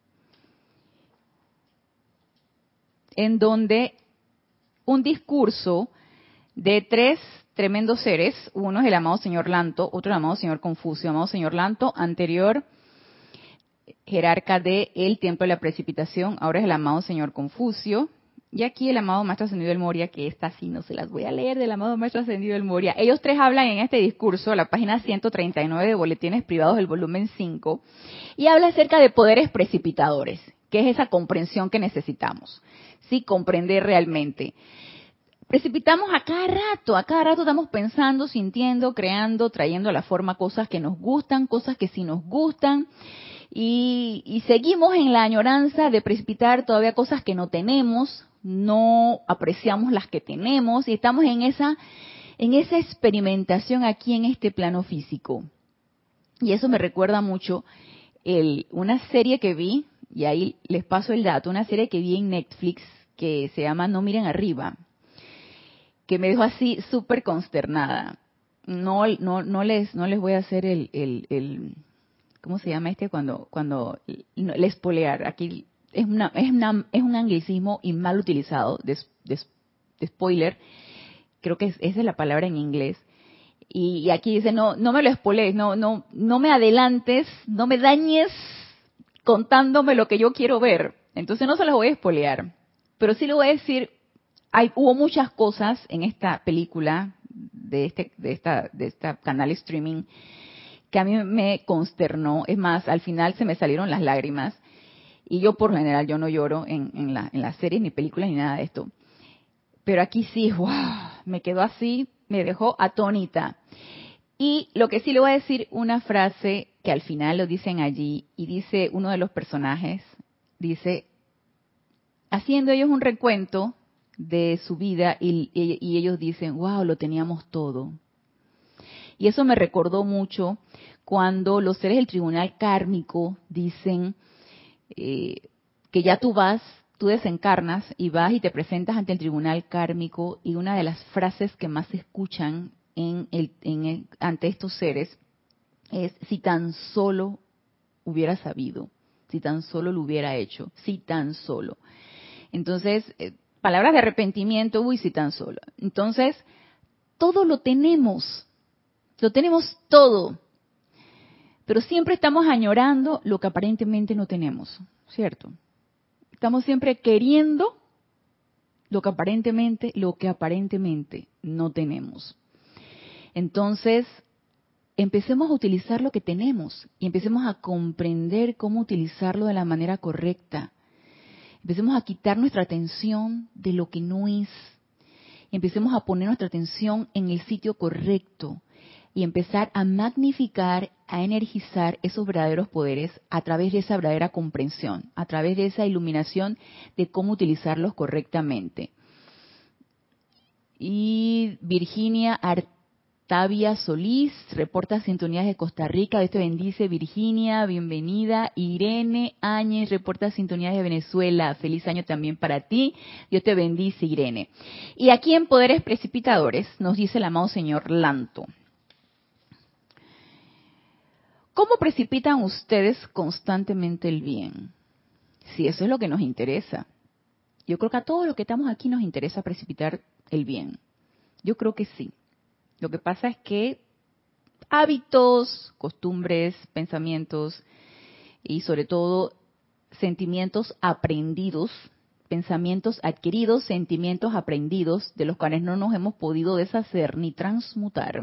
en donde un discurso de tres tremendos seres, uno es el amado señor Lanto, otro el amado señor Confucio, amado señor Lanto, anterior jerarca de el Templo de la Precipitación, ahora es el amado señor Confucio, y aquí el amado Maestro Ascendido del Moria, que esta sí no se las voy a leer, del amado Maestro Ascendido del Moria. Ellos tres hablan en este discurso, la página ciento treinta y nueve de Boletines Privados del volumen cinco, y habla acerca de poderes precipitadores, que es esa comprensión que necesitamos, sí, comprender realmente. Precipitamos a cada rato, a cada rato estamos pensando, sintiendo, creando, trayendo a la forma cosas que nos gustan, cosas que sí nos gustan, y, y seguimos en la añoranza de precipitar todavía cosas que no tenemos, no apreciamos las que tenemos, y estamos en esa, en esa experimentación aquí en este plano físico. Y eso me recuerda mucho el, una serie que vi, y ahí les paso el dato, una serie que vi en Netflix, que se llama No miren arriba, que me dejó así súper consternada. No, no, no les, no les voy a hacer el, el, el, ¿cómo se llama este? Cuando, cuando, el espolear. Aquí es una, es una, es un anglicismo y mal utilizado de, de, de spoiler. Creo que es, esa es la palabra en inglés. Y, y aquí dice, no, no me lo espolees, no, no, no me adelantes, no me dañes contándome lo que yo quiero ver. Entonces no se los voy a espolear. Pero sí le voy a decir, hay, hubo muchas cosas en esta película de este, de esta, de esta canal streaming que a mí me consternó. Es más, al final se me salieron las lágrimas. Y yo por lo general yo no lloro en, en, la, en las series ni películas ni nada de esto. Pero aquí sí, wow, me quedó así, me dejó atónita. Y lo que sí le voy a decir, una frase que al final lo dicen allí, y dice uno de los personajes, dice, haciendo ellos un recuento de su vida, y, y, y ellos dicen, wow, lo teníamos todo. Y eso me recordó mucho cuando los seres del tribunal kármico dicen eh, que ya tú vas, tú desencarnas y vas y te presentas ante el tribunal kármico, y una de las frases que más se escuchan en el, en el, ante estos seres es, si tan solo hubiera sabido, si tan solo lo hubiera hecho, si tan solo. Entonces, eh, palabras de arrepentimiento, uy, si tan solo. Entonces, todo lo tenemos, lo tenemos todo, pero siempre estamos añorando lo que aparentemente no tenemos, ¿cierto? Estamos siempre queriendo lo que aparentemente, lo que aparentemente no tenemos. Entonces, empecemos a utilizar lo que tenemos y empecemos a comprender cómo utilizarlo de la manera correcta. Empecemos a quitar nuestra atención de lo que no es. Empecemos a poner nuestra atención en el sitio correcto y empezar a magnificar, a energizar esos verdaderos poderes a través de esa verdadera comprensión, a través de esa iluminación de cómo utilizarlos correctamente. Y Virginia Artavia Solís reporta sintonías de Costa Rica. Dios te bendice, Virginia, bienvenida. Irene Áñez reporta sintonías de Venezuela. Feliz año también para ti. Dios te bendice, Irene. Y aquí en Poderes Precipitadores nos dice el amado señor Lanto. ¿Cómo precipitan ustedes constantemente el bien? Si eso es lo que nos interesa. Yo creo que a todos los que estamos aquí nos interesa precipitar el bien. Yo creo que sí. Lo que pasa es que hábitos, costumbres, pensamientos y sobre todo sentimientos aprendidos, pensamientos adquiridos, sentimientos aprendidos de los cuales no nos hemos podido deshacer ni transmutar,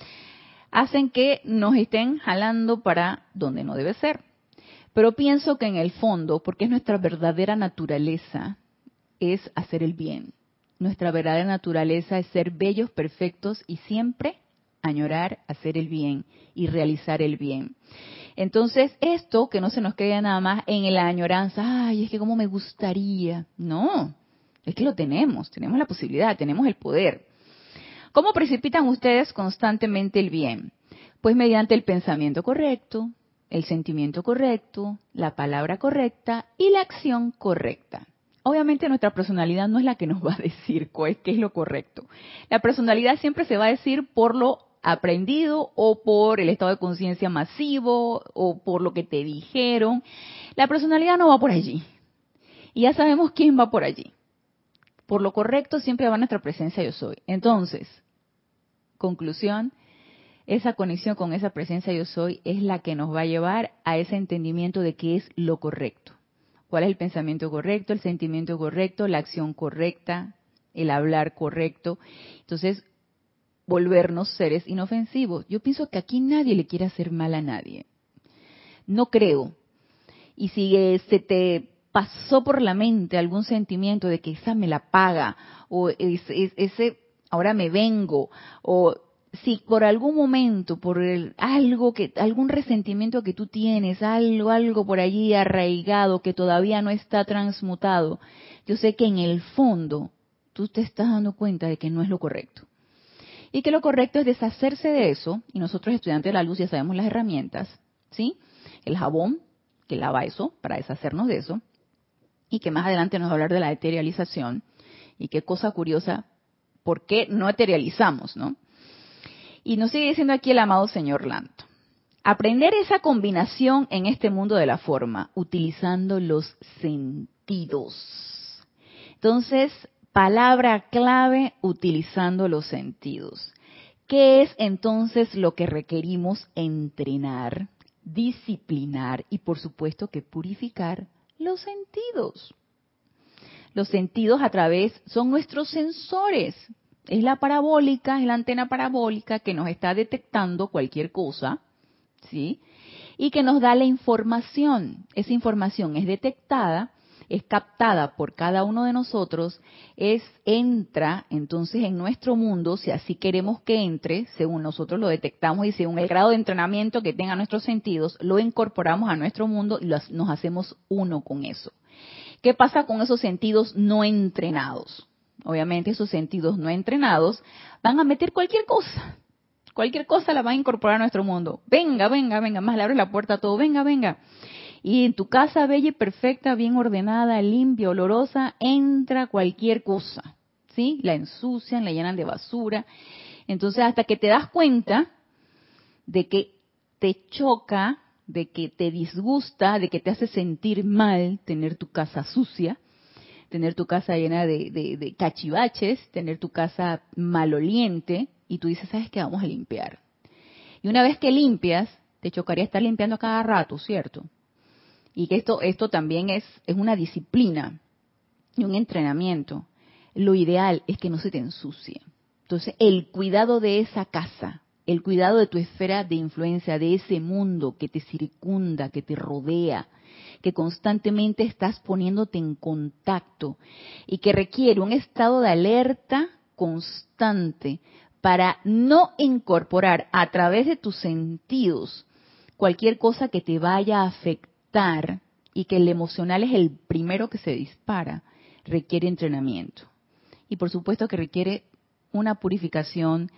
hacen que nos estén jalando para donde no debe ser. Pero pienso que en el fondo, porque es nuestra verdadera naturaleza, es hacer el bien. Nuestra verdadera naturaleza es ser bellos, perfectos y siempre añorar hacer el bien y realizar el bien. Entonces, esto que no se nos quede nada más en la añoranza, ay, es que cómo me gustaría. No, es que lo tenemos, tenemos la posibilidad, tenemos el poder. ¿Cómo precipitan ustedes constantemente el bien? Pues mediante el pensamiento correcto, el sentimiento correcto, la palabra correcta y la acción correcta. Obviamente nuestra personalidad no es la que nos va a decir qué es lo correcto. La personalidad siempre se va a decir por lo aprendido o por el estado de conciencia masivo o por lo que te dijeron. La personalidad no va por allí. Y ya sabemos quién va por allí. Por lo correcto siempre va nuestra presencia yo soy. Entonces, conclusión, esa conexión con esa presencia yo soy es la que nos va a llevar a ese entendimiento de qué es lo correcto. ¿Cuál es el pensamiento correcto, el sentimiento correcto, la acción correcta, el hablar correcto? Entonces, volvernos seres inofensivos. Yo pienso que aquí nadie le quiere hacer mal a nadie. No creo. Y si eh, se te pasó por la mente algún sentimiento de que esa me la paga, o es, es, ese ahora me vengo, o si por algún momento, por el, algo que, algún resentimiento que tú tienes, algo, algo por allí arraigado que todavía no está transmutado, yo sé que en el fondo tú te estás dando cuenta de que no es lo correcto. Y que lo correcto es deshacerse de eso, y nosotros estudiantes de la luz ya sabemos las herramientas, ¿sí? El jabón que lava eso, para deshacernos de eso. y que más adelante nos va a hablar de la eterealización. Y qué cosa curiosa, ¿por qué no eterealizamos, no? Y nos sigue diciendo aquí el amado señor Lanto. Aprender esa combinación en este mundo de la forma, utilizando los sentidos. Entonces, palabra clave, utilizando los sentidos. ¿Qué es entonces lo que requerimos entrenar, disciplinar y por supuesto que purificar? Los sentidos. Los sentidos a través son nuestros sensores. Es la parabólica, es la antena parabólica que nos está detectando cualquier cosa, ¿sí? Y que nos da la información. Esa información es detectada, es captada por cada uno de nosotros, es entra entonces en nuestro mundo, si así queremos que entre, según nosotros lo detectamos y según el grado de entrenamiento que tengan nuestros sentidos, lo incorporamos a nuestro mundo y los, nos hacemos uno con eso. ¿Qué pasa con esos sentidos no entrenados? Obviamente esos sentidos no entrenados van a meter cualquier cosa. Cualquier cosa la van a incorporar a nuestro mundo. Venga, venga, venga, más le abres la puerta a todo. Venga, venga. Y en tu casa bella y perfecta, bien ordenada, limpia, olorosa, entra cualquier cosa. ¿Sí? La ensucian, la llenan de basura. Entonces hasta que te das cuenta de que te choca, de que te disgusta, de que te hace sentir mal tener tu casa sucia, tener tu casa llena de, de, de cachivaches, tener tu casa maloliente, y tú dices, ¿sabes qué? Vamos a limpiar. Y una vez que limpias, te chocaría estar limpiando a cada rato, ¿cierto? Y que esto, esto también es, es una disciplina y un entrenamiento. Lo ideal es que no se te ensucie. Entonces, el cuidado de esa casa, el cuidado de tu esfera de influencia, de ese mundo que te circunda, que te rodea, que constantemente estás poniéndote en contacto y que requiere un estado de alerta constante para no incorporar a través de tus sentidos cualquier cosa que te vaya a afectar y que el emocional es el primero que se dispara, requiere entrenamiento. Y por supuesto que requiere una purificación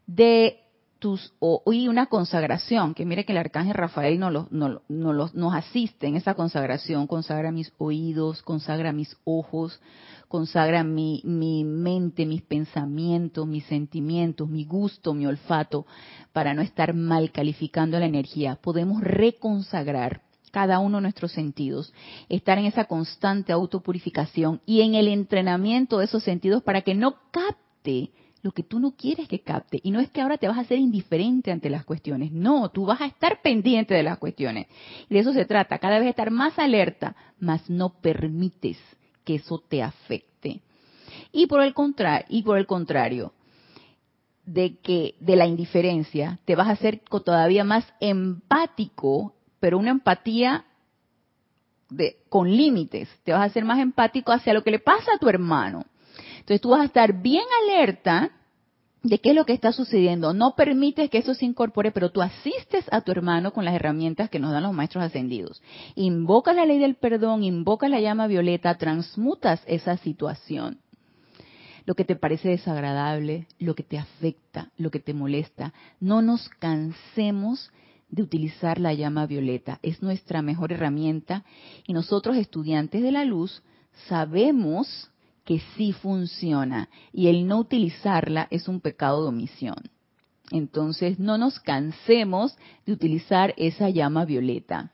de tus o, y una consagración, que mire que el arcángel Rafael nos, lo, nos, nos, nos asiste en esa consagración, consagra mis oídos, consagra mis ojos, consagra mi, mi mente, mis pensamientos, mis sentimientos, mi gusto, mi olfato, para no estar mal calificando la energía. Podemos reconsagrar cada uno de nuestros sentidos, estar en esa constante autopurificación y en el entrenamiento de esos sentidos para que no capte lo que tú no quieres que capte. Y no es que ahora te vas a hacer indiferente ante las cuestiones, no, tú vas a estar pendiente de las cuestiones. Y de eso se trata, cada vez estar más alerta, más no permites que eso te afecte. Y por el contrario, y por el contrario, de que de la indiferencia te vas a hacer todavía más empático, pero una empatía de, con límites. Te vas a hacer más empático hacia lo que le pasa a tu hermano. Entonces tú vas a estar bien alerta de qué es lo que está sucediendo. No permites que eso se incorpore, pero tú asistes a tu hermano con las herramientas que nos dan los maestros ascendidos. Invocas la ley del perdón, invocas la llama violeta, transmutas esa situación. Lo que te parece desagradable, lo que te afecta, lo que te molesta. No nos cansemos de utilizar la llama violeta. Es nuestra mejor herramienta y nosotros, estudiantes de la luz, sabemos que sí funciona y el no utilizarla es un pecado de omisión. Entonces no nos cansemos de utilizar esa llama violeta.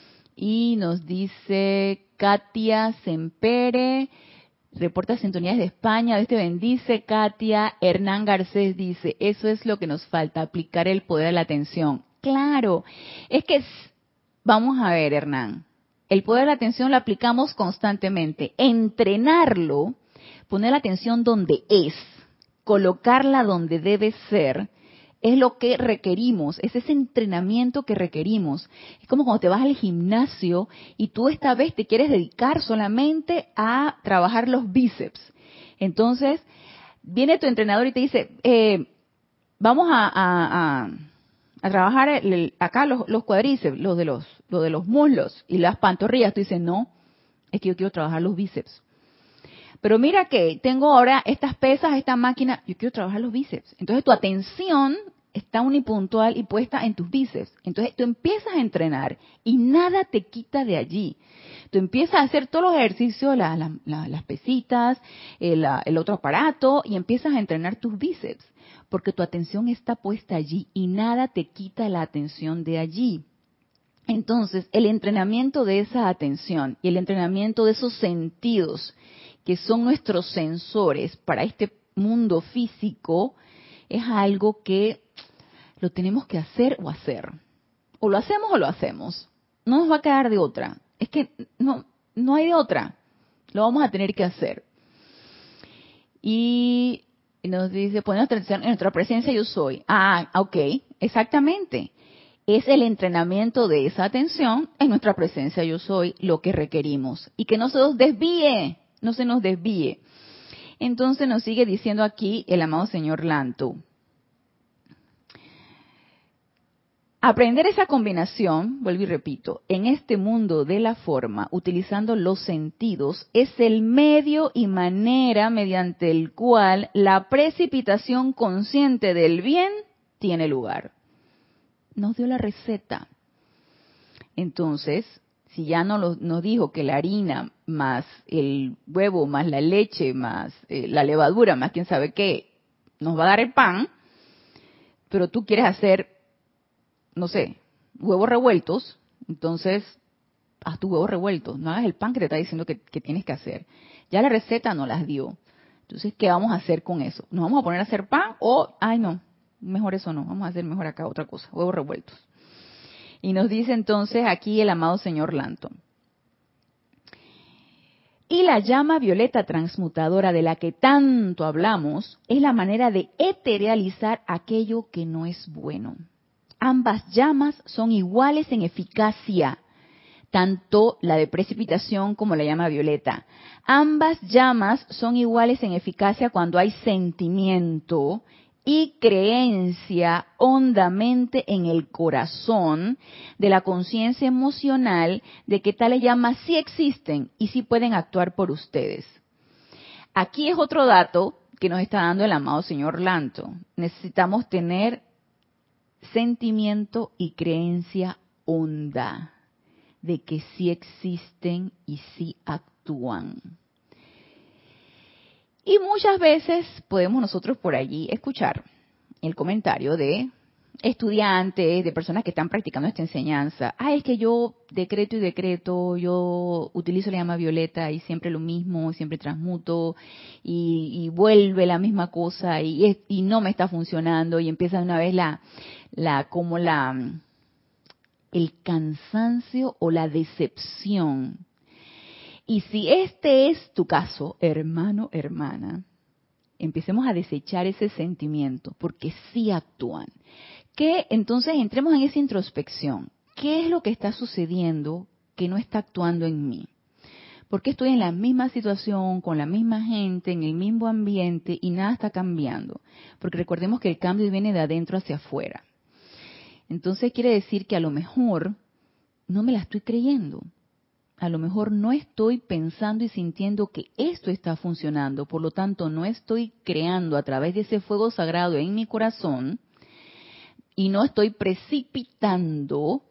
Y nos dice Katia Sempere, reporta sintonías de España, Dios te bendice. Katia Hernán Garcés dice, eso es lo que nos falta, aplicar el poder de la atención. Claro, es que vamos a ver, Hernán, el poder de la atención lo aplicamos constantemente. Entrenarlo, poner la atención donde es, colocarla donde debe ser, es lo que requerimos, es ese entrenamiento que requerimos. Es como cuando te vas al gimnasio y tú esta vez te quieres dedicar solamente a trabajar los bíceps. Entonces, viene tu entrenador y te dice, eh, vamos a, a, a, a trabajar el, acá los, los cuadríceps, los de los, los de los muslos y las pantorrillas. Tú dices, no, es que yo quiero trabajar los bíceps. Pero mira que tengo ahora estas pesas, esta máquina, yo quiero trabajar los bíceps. Entonces tu atención está unipuntual y puesta en tus bíceps. Entonces tú empiezas a entrenar y nada te quita de allí. Tú empiezas a hacer todos los ejercicios, la, la, la, las pesitas, el, el otro aparato, y empiezas a entrenar tus bíceps, porque tu atención está puesta allí y nada te quita la atención de allí. Entonces, el entrenamiento de esa atención y el entrenamiento de esos sentidos, que son nuestros sensores para este mundo físico, es algo que lo tenemos que hacer o hacer. O lo hacemos o lo hacemos. No nos va a quedar de otra. Es que no, no hay de otra. Lo vamos a tener que hacer. Y nos dice, poner nuestra, en nuestra presencia yo soy. Ah, ok, exactamente. Es el entrenamiento de esa atención en nuestra presencia yo soy lo que requerimos. Y que no se nos desvíe, no se nos desvíe. Entonces nos sigue diciendo aquí el amado señor Lanto. Aprender esa combinación, vuelvo y repito, en este mundo de la forma, utilizando los sentidos, es el medio y manera mediante el cual la precipitación consciente del bien tiene lugar. Nos dio la receta. Entonces, si ya no lo, nos dijo que la harina más el huevo más la leche más eh, la levadura más quién sabe qué nos va a dar el pan, pero tú quieres hacer, no sé, huevos revueltos, entonces haz tus huevos revueltos, no hagas el pan que te está diciendo que, que tienes que hacer. Ya la receta no las dio. Entonces, ¿qué vamos a hacer con eso? ¿Nos vamos a poner a hacer pan o, ay no, mejor eso no, vamos a hacer mejor acá otra cosa, huevos revueltos? Y nos dice entonces aquí el amado señor Lanto. Y la llama violeta transmutadora de la que tanto hablamos es la manera de eterealizar aquello que no es bueno. Ambas llamas son iguales en eficacia, tanto la de precipitación como la llama violeta. Ambas llamas son iguales en eficacia cuando hay sentimiento y creencia hondamente en el corazón de la conciencia emocional de que tales llamas sí existen y sí pueden actuar por ustedes. Aquí es otro dato que nos está dando el amado señor Lanto. Necesitamos tener sentimiento y creencia honda de que sí existen y sí actúan. Y muchas veces podemos nosotros por allí escuchar el comentario de estudiantes, de personas que están practicando esta enseñanza. Ah, es que yo decreto y decreto, yo utilizo la llama violeta y siempre lo mismo, siempre transmuto y, y vuelve la misma cosa y, es, y no me está funcionando y empieza de una vez la, la como la el cansancio o la decepción. Y si este es tu caso, hermano, hermana, empecemos a desechar ese sentimiento, porque sí actúan. Que entonces entremos en esa introspección. ¿Qué es lo que está sucediendo que no está actuando en mí? ¿Por qué estoy en la misma situación, con la misma gente, en el mismo ambiente y nada está cambiando? Porque recordemos que el cambio viene de adentro hacia afuera. Entonces quiere decir que a lo mejor no me la estoy creyendo. A lo mejor no estoy pensando y sintiendo que esto está funcionando, por lo tanto no estoy creando a través de ese fuego sagrado en mi corazón y no estoy precipitando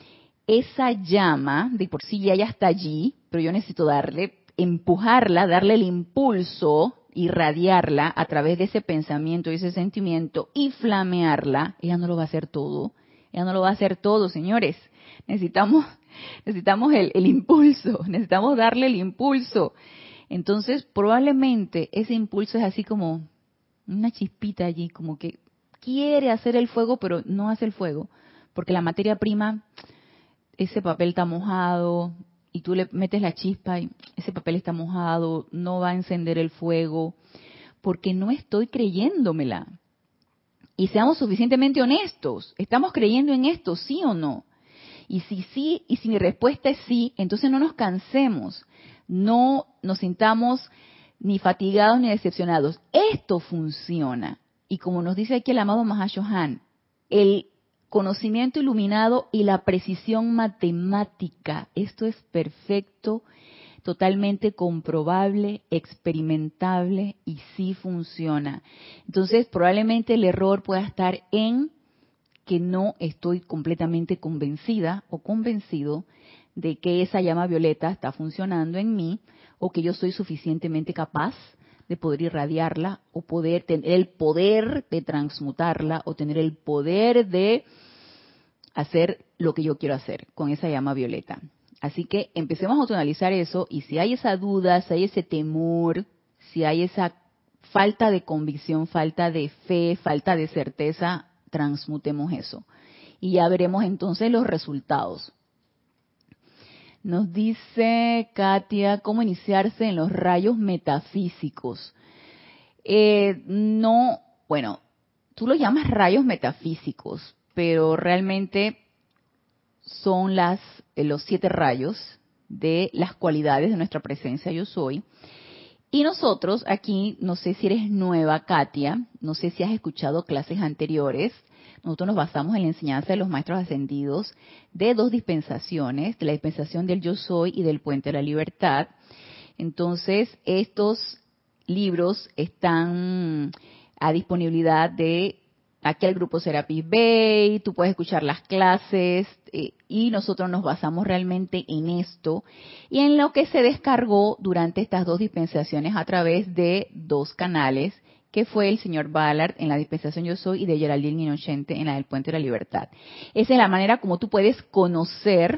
esa llama, de por sí ya, ya está allí, pero yo necesito darle, empujarla, darle el impulso, irradiarla a través de ese pensamiento y ese sentimiento y flamearla. Ella no lo va a hacer todo, ella no lo va a hacer todo, señores. Necesitamos Necesitamos el, el impulso, necesitamos darle el impulso. Entonces, probablemente ese impulso es así como una chispita allí, como que quiere hacer el fuego, pero no hace el fuego, porque la materia prima, ese papel está mojado, y tú le metes la chispa y ese papel está mojado, no va a encender el fuego, porque no estoy creyéndomela. Y seamos suficientemente honestos, ¿estamos creyendo en esto, sí o no? Y si sí, y si mi respuesta es sí, entonces no nos cansemos, no nos sintamos ni fatigados ni decepcionados. Esto funciona. Y como nos dice aquí el amado Mahashohan, el conocimiento iluminado y la precisión matemática, esto es perfecto, totalmente comprobable, experimentable y sí funciona. Entonces probablemente el error pueda estar en que no estoy completamente convencida o convencido de que esa llama violeta está funcionando en mí o que yo soy suficientemente capaz de poder irradiarla o poder tener el poder de transmutarla o tener el poder de hacer lo que yo quiero hacer con esa llama violeta. Así que empecemos a autoanalizar eso y si hay esa duda, si hay ese temor, si hay esa falta de convicción, falta de fe, falta de certeza, transmutemos eso. Y ya veremos entonces los resultados. Nos dice Katia, ¿cómo iniciarse en los rayos metafísicos? Eh, no, bueno, tú los llamas rayos metafísicos, pero realmente son las, eh, los siete rayos de las cualidades de nuestra presencia yo soy. Y nosotros aquí, no sé si eres nueva, Katia, no sé si has escuchado clases anteriores, nosotros nos basamos en la enseñanza de los maestros ascendidos de dos dispensaciones, de la dispensación del Yo Soy y del Puente de la Libertad. Entonces, estos libros están a disponibilidad de aquí el grupo Serapis Bay, tú puedes escuchar las clases eh, y nosotros nos basamos realmente en esto y en lo que se descargó durante estas dos dispensaciones a través de dos canales, que fue el señor Ballard en la dispensación Yo Soy y de Geraldine Inocente en la del Puente de la Libertad. Esa es la manera como tú puedes conocer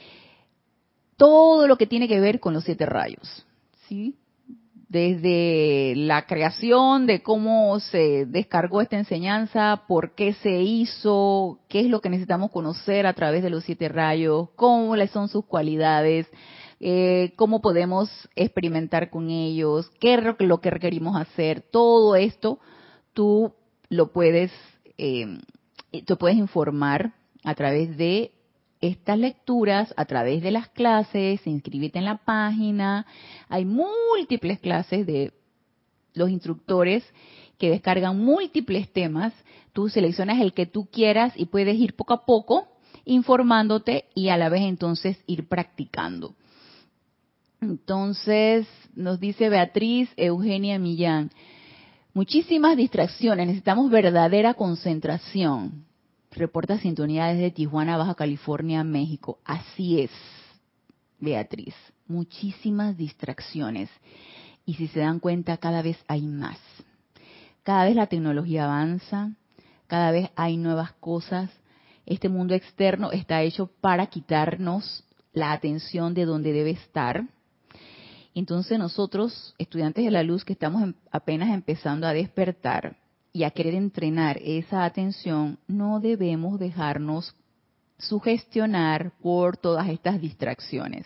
todo lo que tiene que ver con los siete rayos, ¿sí? Desde la creación, de cómo se descargó esta enseñanza, por qué se hizo, qué es lo que necesitamos conocer a través de los siete rayos, cómo son sus cualidades, eh, cómo podemos experimentar con ellos, qué es lo que requerimos hacer. Todo esto tú lo puedes, eh, te puedes informar a través de estas lecturas, a través de las clases, inscríbete en la página. Hay múltiples clases de los instructores que descargan múltiples temas. Tú seleccionas el que tú quieras y puedes ir poco a poco informándote y a la vez entonces ir practicando. Entonces, nos dice Beatriz Eugenia Millán, muchísimas distracciones, necesitamos verdadera concentración. Reporta sintonía desde Tijuana, Baja California, México. Así es, Beatriz. Muchísimas distracciones. Y si se dan cuenta, cada vez hay más. Cada vez la tecnología avanza, cada vez hay nuevas cosas. Este mundo externo está hecho para quitarnos la atención de donde debe estar. Entonces nosotros, estudiantes de la luz que estamos apenas empezando a despertar, y a querer entrenar esa atención, no debemos dejarnos sugestionar por todas estas distracciones.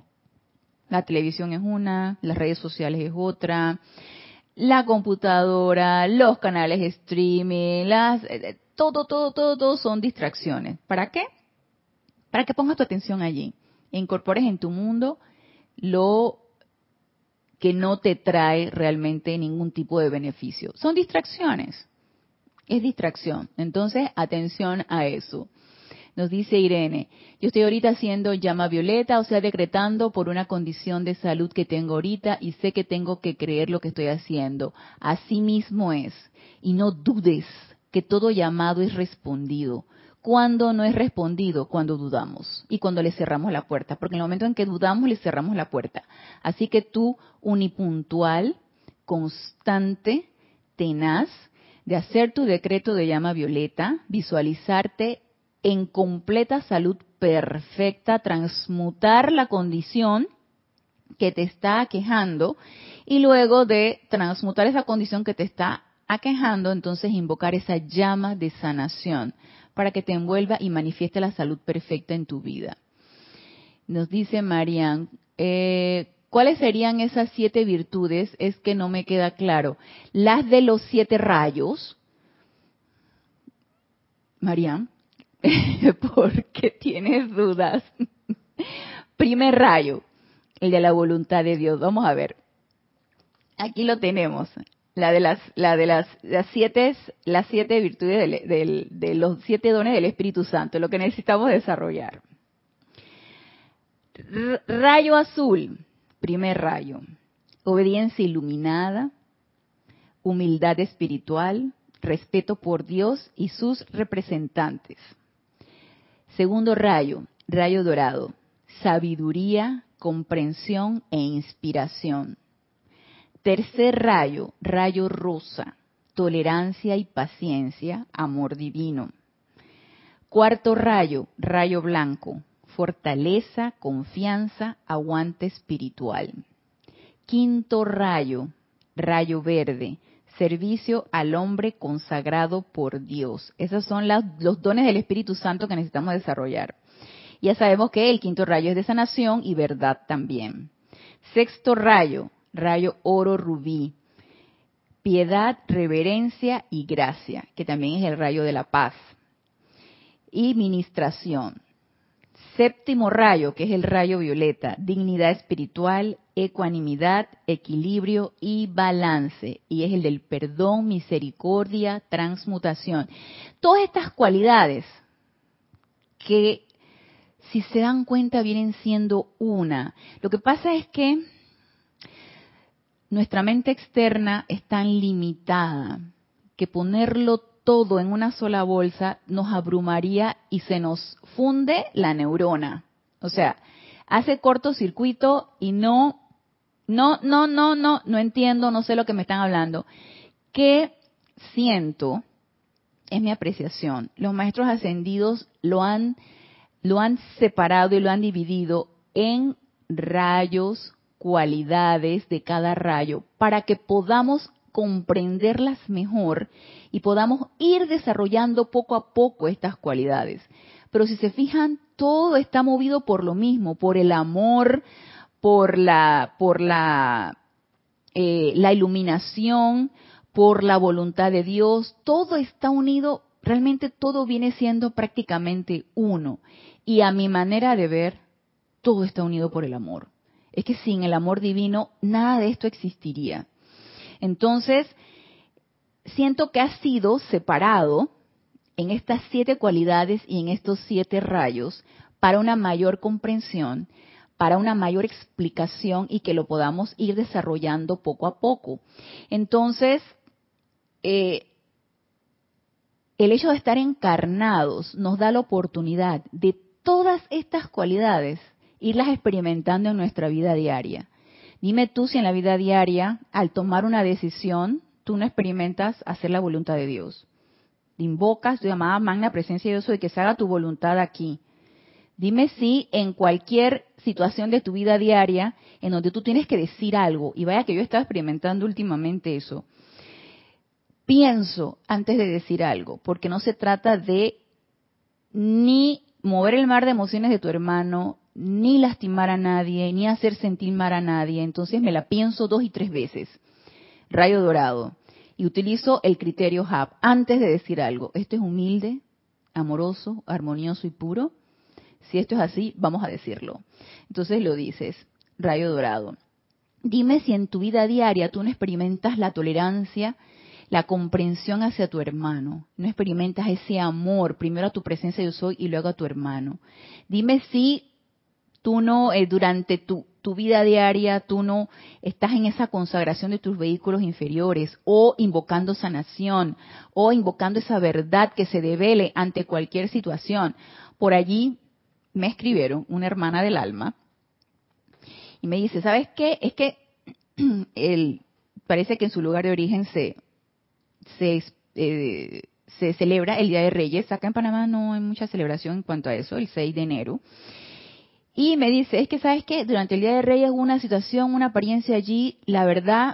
La televisión es una, las redes sociales es otra, la computadora, los canales de streaming, las, todo, todo, todo, todo son distracciones. ¿Para qué? Para que pongas tu atención allí, e incorpores en tu mundo lo que no te trae realmente ningún tipo de beneficio. Son distracciones. Es distracción. Entonces, atención a eso. Nos dice Irene, yo estoy ahorita haciendo llama violeta, o sea, decretando por una condición de salud que tengo ahorita y sé que tengo que creer lo que estoy haciendo. Así mismo es. Y no dudes que todo llamado es respondido. ¿Cuándo no es respondido? Cuando dudamos y cuando le cerramos la puerta, porque en el momento en que dudamos le cerramos la puerta. Así que tú, unipuntual, constante, tenaz, de hacer tu decreto de llama violeta, visualizarte en completa salud perfecta, transmutar la condición que te está aquejando y luego de transmutar esa condición que te está aquejando, entonces invocar esa llama de sanación para que te envuelva y manifieste la salud perfecta en tu vida. Nos dice Marian, eh, ¿cuáles serían esas siete virtudes? Es que no me queda claro. Las de los siete rayos. Marian, ¿por qué tienes dudas? Primer rayo, el de la voluntad de Dios. Vamos a ver. Aquí lo tenemos. La de las, la de las, las siete, las siete virtudes del, del, de los siete dones del Espíritu Santo, lo que necesitamos desarrollar. R- rayo azul, primer rayo, obediencia iluminada, humildad espiritual, respeto por Dios y sus representantes. Segundo rayo, rayo dorado, sabiduría, comprensión e inspiración. Tercer rayo, rayo rosa, tolerancia y paciencia, amor divino. Cuarto rayo, rayo blanco, fortaleza, confianza, aguante espiritual. Quinto rayo, rayo verde, servicio al hombre consagrado por Dios. Esos son las, los dones del Espíritu Santo que necesitamos desarrollar. Ya sabemos que el quinto rayo es de sanación y verdad también. Sexto rayo, rayo oro rubí, piedad, reverencia y gracia, que también es el rayo de la paz. Y ministración. Séptimo rayo, que es el rayo violeta, dignidad espiritual, ecuanimidad, equilibrio y balance. Y es el del perdón, misericordia, transmutación. Todas estas cualidades que, si se dan cuenta, vienen siendo una. Lo que pasa es que nuestra mente externa es tan limitada que ponerlo todo en una sola bolsa nos abrumaría y se nos funde la neurona. O sea, hace cortocircuito y no, no, no, no, no, no entiendo, no sé lo que me están hablando. ¿Qué siento? Es mi apreciación. Los maestros ascendidos lo han, lo han separado y lo han dividido en rayos, cualidades de cada rayo, para que podamos comprenderlas mejor y podamos ir desarrollando poco a poco estas cualidades. Pero si se fijan, todo está movido por lo mismo, por el amor, por la, por la, eh, la iluminación, por la voluntad de Dios. Todo está unido, realmente todo viene siendo prácticamente uno. Y a mi manera de ver, todo está unido por el amor. Es que sin el amor divino nada de esto existiría. Entonces, siento que ha sido separado en estas siete cualidades y en estos siete rayos para una mayor comprensión, para una mayor explicación y que lo podamos ir desarrollando poco a poco. Entonces, eh, el hecho de estar encarnados nos da la oportunidad de todas estas cualidades irlas experimentando en nuestra vida diaria. Dime tú si en la vida diaria, al tomar una decisión, tú no experimentas hacer la voluntad de Dios. Te invocas tu llamada magna presencia de Dios de que se haga tu voluntad aquí. Dime si en cualquier situación de tu vida diaria, en donde tú tienes que decir algo, y vaya que yo estaba experimentando últimamente eso, pienso antes de decir algo, porque no se trata de ni mover el mar de emociones de tu hermano, ni lastimar a nadie, ni hacer sentir mal a nadie. Entonces me la pienso dos y tres veces. Rayo dorado. Y utilizo el criterio H A P antes de decir algo. ¿Esto es humilde, amoroso, armonioso y puro? Si esto es así, vamos a decirlo. Entonces lo dices. Rayo dorado. Dime si en tu vida diaria tú no experimentas la tolerancia, la comprensión hacia tu hermano. No experimentas ese amor, primero a tu presencia yo soy y luego a tu hermano. Dime si tú no, eh, durante tu, tu vida diaria, tú no estás en esa consagración de tus vehículos inferiores, o invocando sanación, o invocando esa verdad que se devele ante cualquier situación. Por allí me escribieron una hermana del alma y me dice, ¿sabes qué? Es que el, parece que en su lugar de origen se, se, eh, se celebra el Día de Reyes. Acá en Panamá no hay mucha celebración en cuanto a eso, el seis de enero. Y me dice, es que sabes que durante el Día de Reyes hubo una situación, una apariencia allí, la verdad,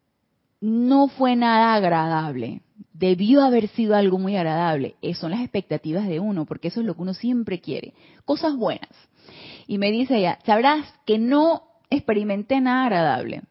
no fue nada agradable. Debió haber sido algo muy agradable. Esas son las expectativas de uno, porque eso es lo que uno siempre quiere. Cosas buenas. Y me dice ella, sabrás que no experimenté nada agradable.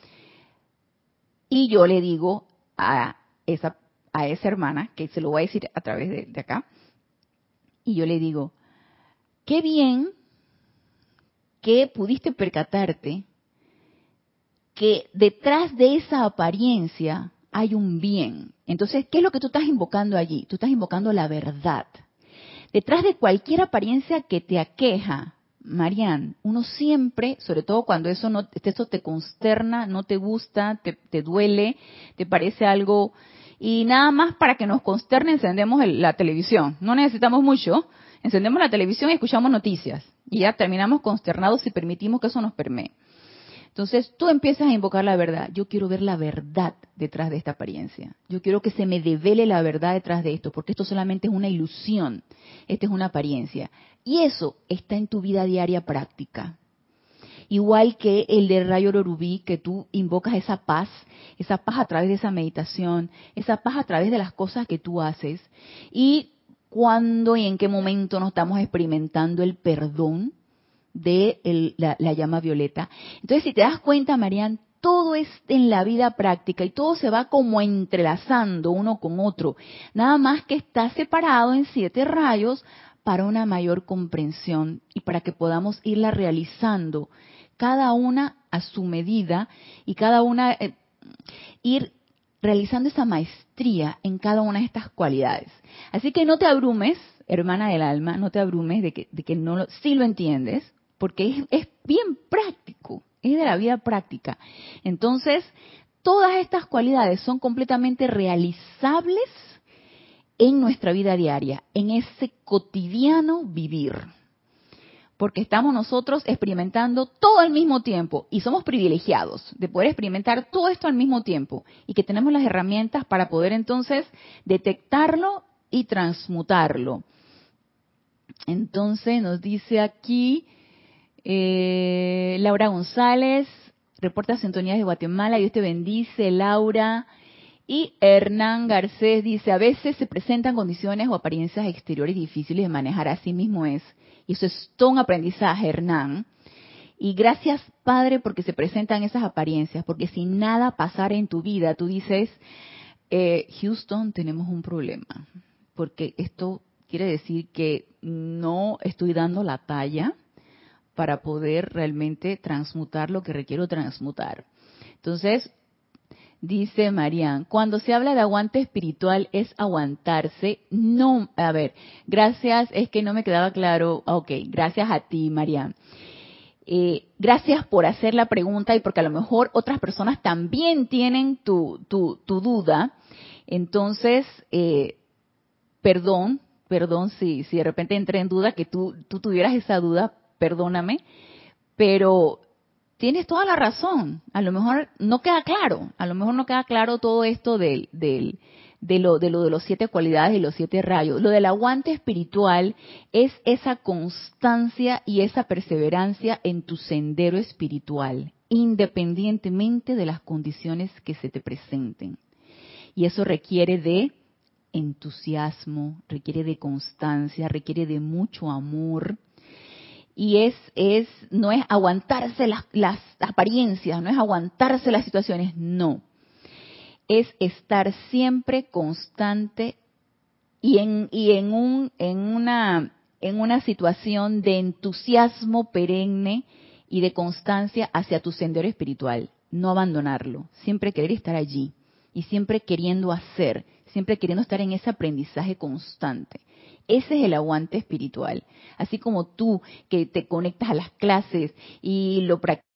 Y yo le digo a esa, a esa hermana, que se lo voy a decir a través de, de acá, y yo le digo, qué bien que pudiste percatarte que detrás de esa apariencia hay un bien. Entonces, ¿qué es lo que tú estás invocando allí? Tú estás invocando la verdad. Detrás de cualquier apariencia que te aqueja, Marian, uno siempre, sobre todo cuando eso no, eso te consterna, no te gusta, te, te duele, te parece algo, y nada más para que nos consterne encendemos el, la televisión. No necesitamos mucho. Encendemos la televisión y escuchamos noticias. Y ya terminamos consternados si permitimos que eso nos permee. Entonces tú empiezas a invocar la verdad. Yo quiero ver la verdad detrás de esta apariencia. Yo quiero que se me devele la verdad detrás de esto, porque esto solamente es una ilusión. Esta es una apariencia. Y eso está en tu vida diaria práctica. Igual que el de rayo Orurubí, que tú invocas esa paz, esa paz a través de esa meditación, esa paz a través de las cosas que tú haces. Y cuándo y en qué momento no estamos experimentando el perdón de el, la, la llama violeta. Entonces, si te das cuenta, Marian, todo es en la vida práctica y todo se va como entrelazando uno con otro. Nada más que está separado en siete rayos para una mayor comprensión y para que podamos irla realizando cada una a su medida y cada una eh, ir realizando esa maestría en cada una de estas cualidades. Así que no te abrumes, hermana del alma, no te abrumes de que, de que no lo, sí lo entiendes, porque es, es bien práctico, es de la vida práctica. Entonces, todas estas cualidades son completamente realizables en nuestra vida diaria, en ese cotidiano vivir. Porque estamos nosotros experimentando todo al mismo tiempo y somos privilegiados de poder experimentar todo esto al mismo tiempo y que tenemos las herramientas para poder entonces detectarlo y transmutarlo. Entonces nos dice aquí eh, Laura González, reporta sintonía de Guatemala, Dios te bendice, Laura. Y Hernán Garcés dice, a veces se presentan condiciones o apariencias exteriores difíciles de manejar, así mismo es. Y eso es todo un aprendizaje, Hernán. Y gracias, Padre, porque se presentan esas apariencias, porque si nada pasara en tu vida, tú dices, eh, Houston, tenemos un problema, porque esto quiere decir que no estoy dando la talla para poder realmente transmutar lo que requiero transmutar. Entonces, dice Marian, cuando se habla de aguante espiritual es aguantarse. No, a ver, gracias, es que no me quedaba claro. Ok, gracias a ti, Marian. Eh, gracias por hacer la pregunta y porque a lo mejor otras personas también tienen tu, tu, tu duda. Entonces, eh, perdón, perdón si, si de repente entré en duda, que tú, tú tuvieras esa duda, perdóname, pero tienes toda la razón. A lo mejor no queda claro, a lo mejor no queda claro todo esto del, del, de, lo, de lo de los siete cualidades y los siete rayos. Lo del aguante espiritual es esa constancia y esa perseverancia en tu sendero espiritual, independientemente de las condiciones que se te presenten. Y eso requiere de entusiasmo, requiere de constancia, requiere de mucho amor. Y es, es, no es aguantarse las, las apariencias, no es aguantarse las situaciones, no. Es estar siempre constante y en, y en un, en una, en una situación de entusiasmo perenne y de constancia hacia tu sendero espiritual. No abandonarlo, siempre querer estar allí y siempre queriendo hacer, siempre queriendo estar en ese aprendizaje constante. Ese es el aguante espiritual. Así como tú que te conectas a las clases y lo practicas